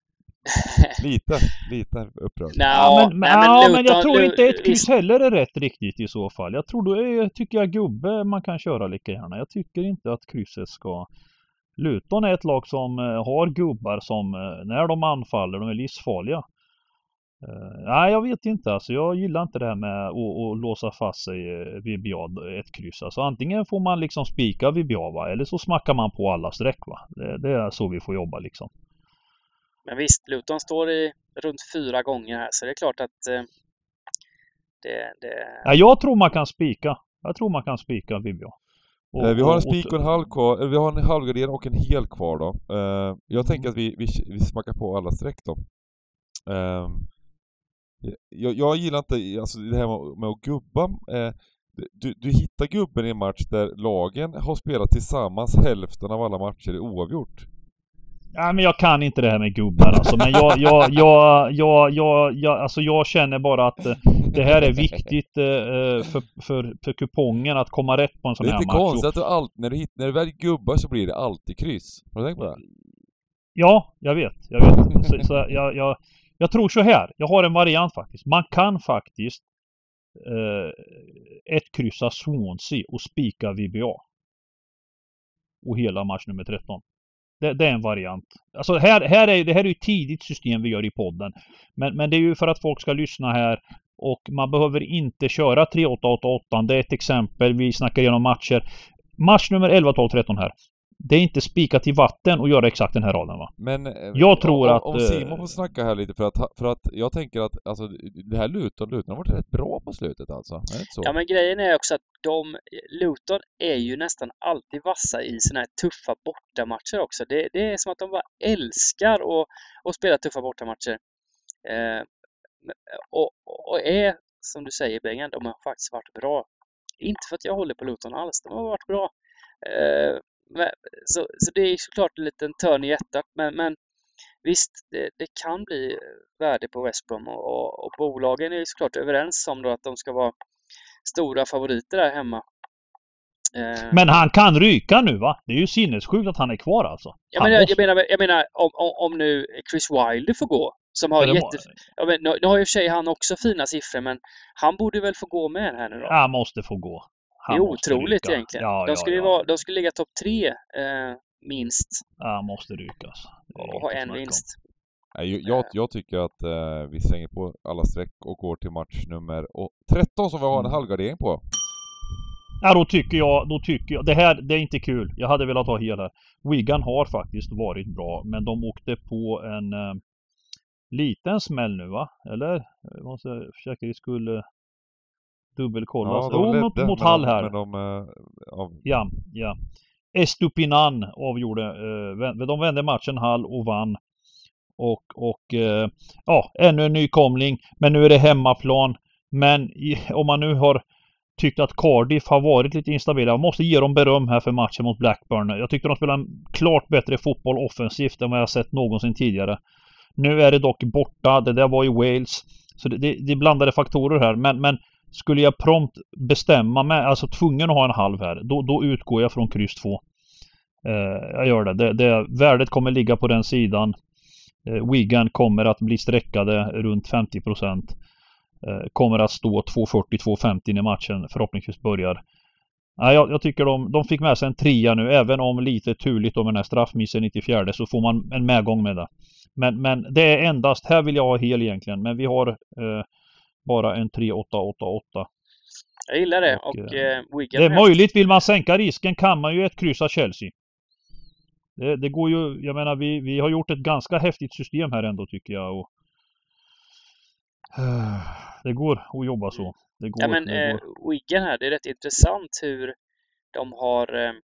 S2: Lite upprörd.
S1: Men jag tror inte ett kryss heller är rätt riktigt i så fall. Jag tror tycker jag gubbe man kan köra lika gärna. Jag tycker inte att krysset ska... Luton är ett lag som har gubbar som när de anfaller, de är livsfarliga. Nej, jag vet inte. Alltså, jag gillar inte det här med att låsa fast sig VBA ett kryss. Alltså, antingen får man liksom spika VBA va? Eller så smackar man på alla streck va? Det är så vi får jobba liksom.
S3: Men visst, Luton står i runt 4 gånger här så det är klart att
S1: Ja, jag tror man kan spika. Jag tror man kan spika VBA.
S2: Vi har en spik och en halv kvar, eller vi har en halvgardering och en hel kvar då. Jag tänker att vi smackar på alla streck då. Jag gillar inte alltså det här med att gubba. Du hittar gubben i en match där lagen har spelat tillsammans hälften av alla matcher är oavgjort.
S1: Ja, men jag kan inte det här med gubbar alltså. Men jag känner bara att det här är viktigt för kupongen att komma rätt på en sån här match.
S2: Det är inte konstigt att när du väljer gubbar så blir det alltid kryss. Har du tänkt på det?
S1: Ja, jag vet. Så jag tror så här. Jag har en variant faktiskt. Man kan faktiskt ett kryssa Swansea och spika VBA. Och hela match nummer 13. Det är en variant. Alltså det här är ju ett tidigt system vi gör i podden. Men det är ju för att folk ska lyssna här. Och man behöver inte köra 3-8-8-8. Det är ett exempel. Vi snackar igenom matcher. Match nummer 11, 12, 13 här. Det är inte spikat i vatten och göra exakt den här raden, va?
S2: Men
S1: jag tror
S2: om Simon får snacka här lite för att jag tänker att alltså det här Luton har varit rätt bra på slutet alltså. Är det inte så?
S3: Ja, men grejen är också att Luton är ju nästan alltid vassa i såna här tuffa bortamatcher också. Det är som att de bara älskar att spela tuffa bortamatcher. Och är, som du säger Bengan, de har faktiskt varit bra. Inte för att jag håller på Luton alls, de har varit bra. Så det är såklart en liten törn i hjärtat, men visst, det kan bli värde på West Brom och bolagen är ju såklart överens om då att de ska vara stora favoriter där hemma.
S1: Men han kan ryka nu, va? Det är ju sinnessjukt att han är kvar alltså.
S3: Jag menar om nu Chris Wilder får gå, som har nu har ju för sig han också fina siffror, men han borde väl få gå med här nu då.
S1: Han måste få gå.
S3: Det är otroligt egentligen. De skulle ligga topp 3 minst.
S1: Ja, måste rykas.
S3: Och ha en vinst.
S2: Jag tycker att vi slänger på alla streck och går till match nummer 13 som vi har en halvgardering på.
S1: Ja, då tycker jag det är inte kul. Jag hade velat ha hela. Wigan har faktiskt varit bra, men de åkte på en liten smäll nu, va? Eller? Jag måste försöka vi skulle dubbelkolla. Mot Hall här. Ja. Estupinan avgjorde. De vände matchen Hall och vann. Och ännu en nykomling. Men nu är det hemmaplan. Men om man nu har tyckt att Cardiff har varit lite instabila. Jag måste ge dem beröm här för matchen mot Blackburn. Jag tyckte de spelade en klart bättre fotboll offensivt än vad jag sett någonsin tidigare. Nu är det dock borta. Det där var i Wales. Så det är blandade faktorer här. Men skulle jag prompt bestämma mig, alltså tvungen att ha en halv här, då utgår jag från kryss 2. Jag gör det. Värdet kommer ligga på den sidan. Wigan kommer att bli sträckade runt 50%. Kommer att stå 2.40-2.50 när matchen förhoppningsvis börjar. Jag tycker de fick med sig en 3 nu, även om lite turligt om den här straffmissen 94 så får man en medgång med det. Men det är endast, här vill jag ha hel egentligen, men vi har bara en 3-8-8-8.
S3: Jag gillar det. Och
S1: Wigan, det är möjligt, vill man sänka risken kan man ju ett kryssa Chelsea. Det går ju, jag menar vi har gjort ett ganska häftigt system här ändå tycker jag. Och det går att jobba så.
S3: Wigan här, det är rätt intressant hur de har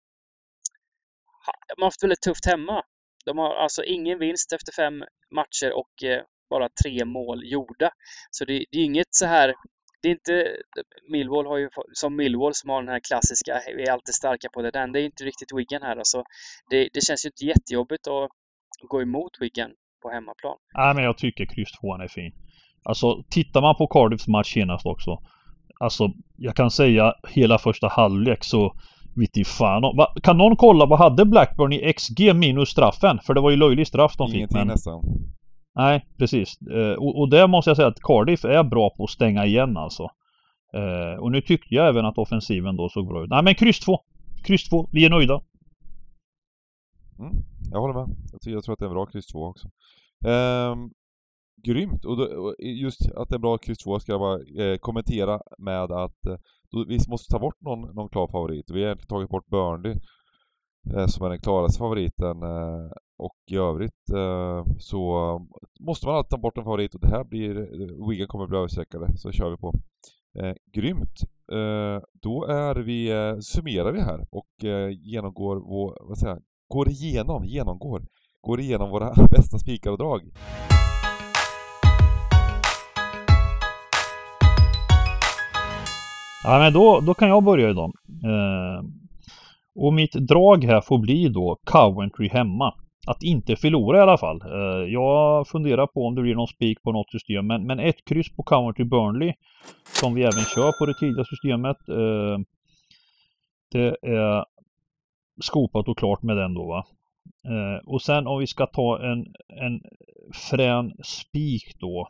S3: haft väldigt tufft hemma. De har alltså ingen vinst efter 5 matcher och bara 3 mål gjorda. Så det är inget så här. Det är inte Millwall har ju som Millwall som har den här klassiska vi är alltid starka på det. Det är inte riktigt Wigan här alltså. Det känns ju inte jättejobbigt att gå emot Wigan på hemmaplan.
S1: Nej, men jag tycker kryss 2 är fin. Alltså tittar man på Cardiffs match senast också. Alltså jag kan säga hela första halvlek så vet jag fan. Kan någon kolla vad hade Blackburn i XG minus straffen? För det var ju löjlig straff de fick. Men
S2: nästan.
S1: Nej, precis. Och det måste jag säga att Cardiff är bra på att stänga igen alltså. Och nu tyckte jag även att offensiven då såg bra ut. Nej, men kryss 2. Kryss 2. Vi är nöjda.
S2: Jag håller med. Jag tror att det är en bra kryss 2 också. Grymt. Och just att det är bra kryss 2 ska jag bara kommentera med att vi måste ta bort någon klar favorit. Vi har egentligen tagit bort Burnley som är den klaraste favoriten och i övrigt så måste man alltid ta bort en favorit och det här blir Wigan kommer bli översträckade, så kör vi på. Grymt. då är vi, summerar vi här och genomgår går igenom våra bästa spikar och drag.
S1: Ja, men då kan jag börja idag. Och mitt drag här får bli då Coventry hemma. Att inte förlora i alla fall. Jag funderar på om det blir någon spik på något system. Men ett kryss på Coventry Burnley, som vi även kör på det tidiga systemet. Det är skopat och klart med den då, va. Och sen om vi ska ta en frän spik då.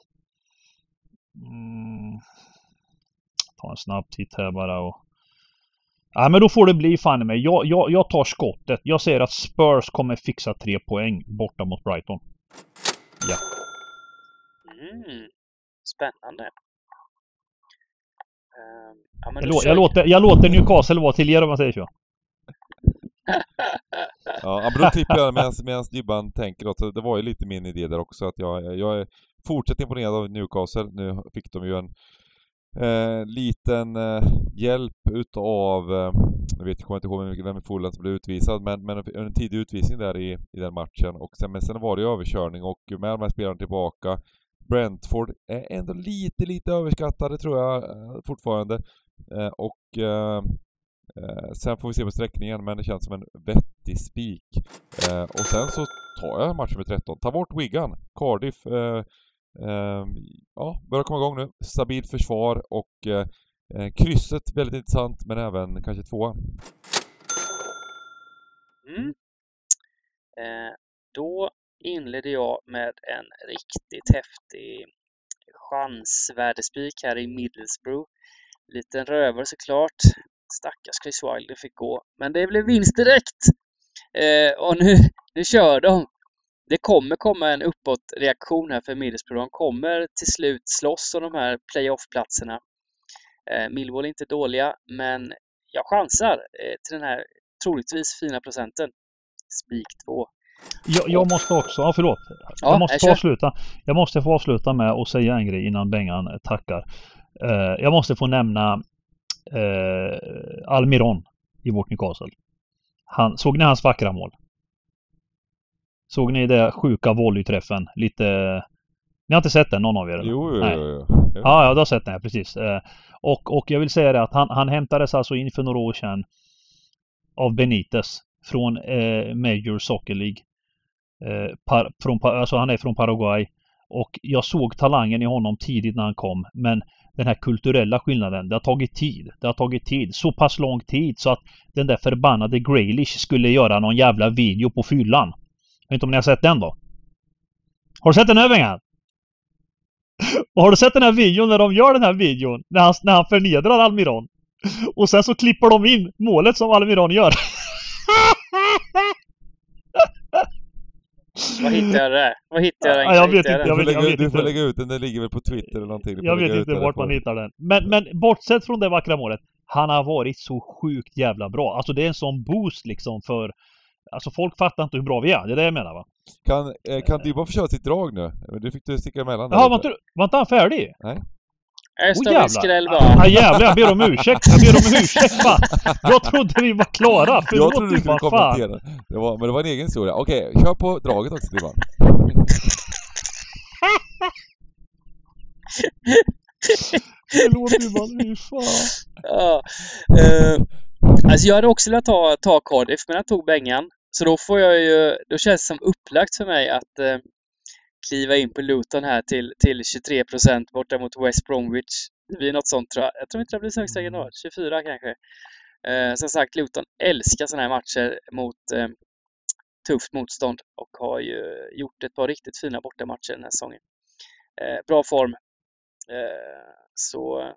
S1: Ta en snabb titt här bara och... Ja, men då får det bli fan i mig. Jag tar skottet. Jag säger att Spurs kommer fixa 3 poäng borta mot Brighton. Ja.
S3: Spännande. Ja, men
S1: jag låter Newcastle vara till er om man säger så.
S2: Ja, men då klipper jag medan Dybban tänker också. Det var ju lite min idé där också, att jag är fortsatt imponerad av Newcastle. Nu fick de ju en liten hjälp utav, jag vet inte vem i Fulham som blev utvisad, men en tidig utvisning där i den matchen, och sen var det överkörning, och med de här spelarna tillbaka, Brentford är ändå lite överskattade tror jag fortfarande, och sen får vi se på sträckningen, men det känns som en vettig spik. Och sen så tar jag matchen med 13, ta bort Wigan, Cardiff, ja, börjar komma igång nu. Stabilt försvar och krysset väldigt intressant, men även kanske 2.
S3: Då inledde jag med en riktigt häftig chansvärdespik här i Middlesbrough. Liten rövare såklart. Stackars Chris Wilder fick gå. Men det blev vinst direkt. Och nu kör de. Det kommer komma en uppåtreaktion här för Middlesbrough. De kommer till slut slåss om de här playoff-platserna. Millwall är inte dåliga, men jag chansar till den här troligtvis fina procenten. Spik 2.
S1: Jag måste också, förlåt.
S3: Ja,
S1: jag måste få avsluta med att säga en grej innan Bengan tackar. Jag måste få nämna Almiron i vårt Newcastle. Såg ni hans vackra mål? Såg ni det sjuka volleyträffen? Ni har inte sett den, någon av er?
S2: Jo.
S1: Ja, du har sett den, precis. Och jag vill säga det att han hämtades alltså in för några år sedan av Benitez från Major Soccer League. Alltså han är från Paraguay. Och jag såg talangen i honom tidigt när han kom. Men den här kulturella skillnaden, det har tagit tid. Det har tagit tid. Så pass lång tid så att den där förbannade Grealish skulle göra någon jävla video på fyllan. Jag vet inte om ni har sett den då? Har du sett den övningen? Och har du sett den här videon när de gör den här videon? När han förnedrar Almiron. Och sen så klipper de in målet som Almiron gör.
S3: Vad hittar jag där?
S1: Jag vet inte.
S2: Du får lägga ut den, den ligger väl på Twitter eller någonting.
S1: Jag vet inte vart man hittar den. Men bortsett från det vackra målet, han har varit så sjukt jävla bra. Alltså det är en sån boost liksom för... Alltså folk fattar inte hur bra vi är. Det är det jag menar, va?
S2: Kan du bara få köra sitt drag nu? Du fick du sticka emellan.
S1: Jaha, var inte han färdig?
S2: Nej.
S3: Jävlar. Skräll bara.
S1: Ja, jävlar, jag ber om ursäkt. Va? Jag trodde vi var klara.
S2: Jag trodde du skulle kommentera. Men det var en egen historia. Okej, kör på draget också, Divan.
S1: Förlåt, Divan. Fan.
S3: Ja. Alltså jag hade också velat ta Cardiff, men jag tog Bengan. Så då får jag ju... Då känns det som upplagt för mig att kliva in på Luton här till 23% borta mot West Bromwich. Det blir något sånt tror jag. Jag tror inte det blir så högsta januari. 24 kanske. Som sagt, Luton älskar såna här matcher mot tufft motstånd och har ju gjort ett par riktigt fina bortamatcher den här säsongen. Bra form. Så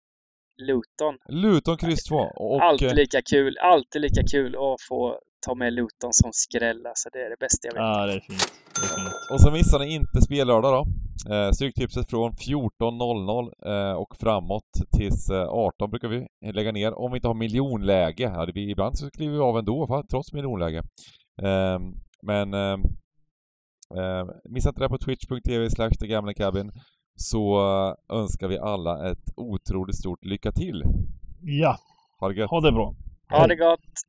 S2: Luton kryss 2.
S3: Alltid lika kul att få ta med Luton som skräll. Alltså det är det bästa jag vet.
S1: Ja, det är fint.
S2: Och så missar ni inte spellördag då. Stryktipset från 14.00 och framåt tills 18 brukar vi lägga ner. Om vi inte har miljonläge. Ibland så kliver vi av ändå trots miljonläge. Men missa inte det på twitch.tv/TheGamblingCabin, så önskar vi alla ett otroligt stort lycka till.
S1: Ja,
S2: Ha det gött.
S1: ha det bra.
S3: Ha det gott!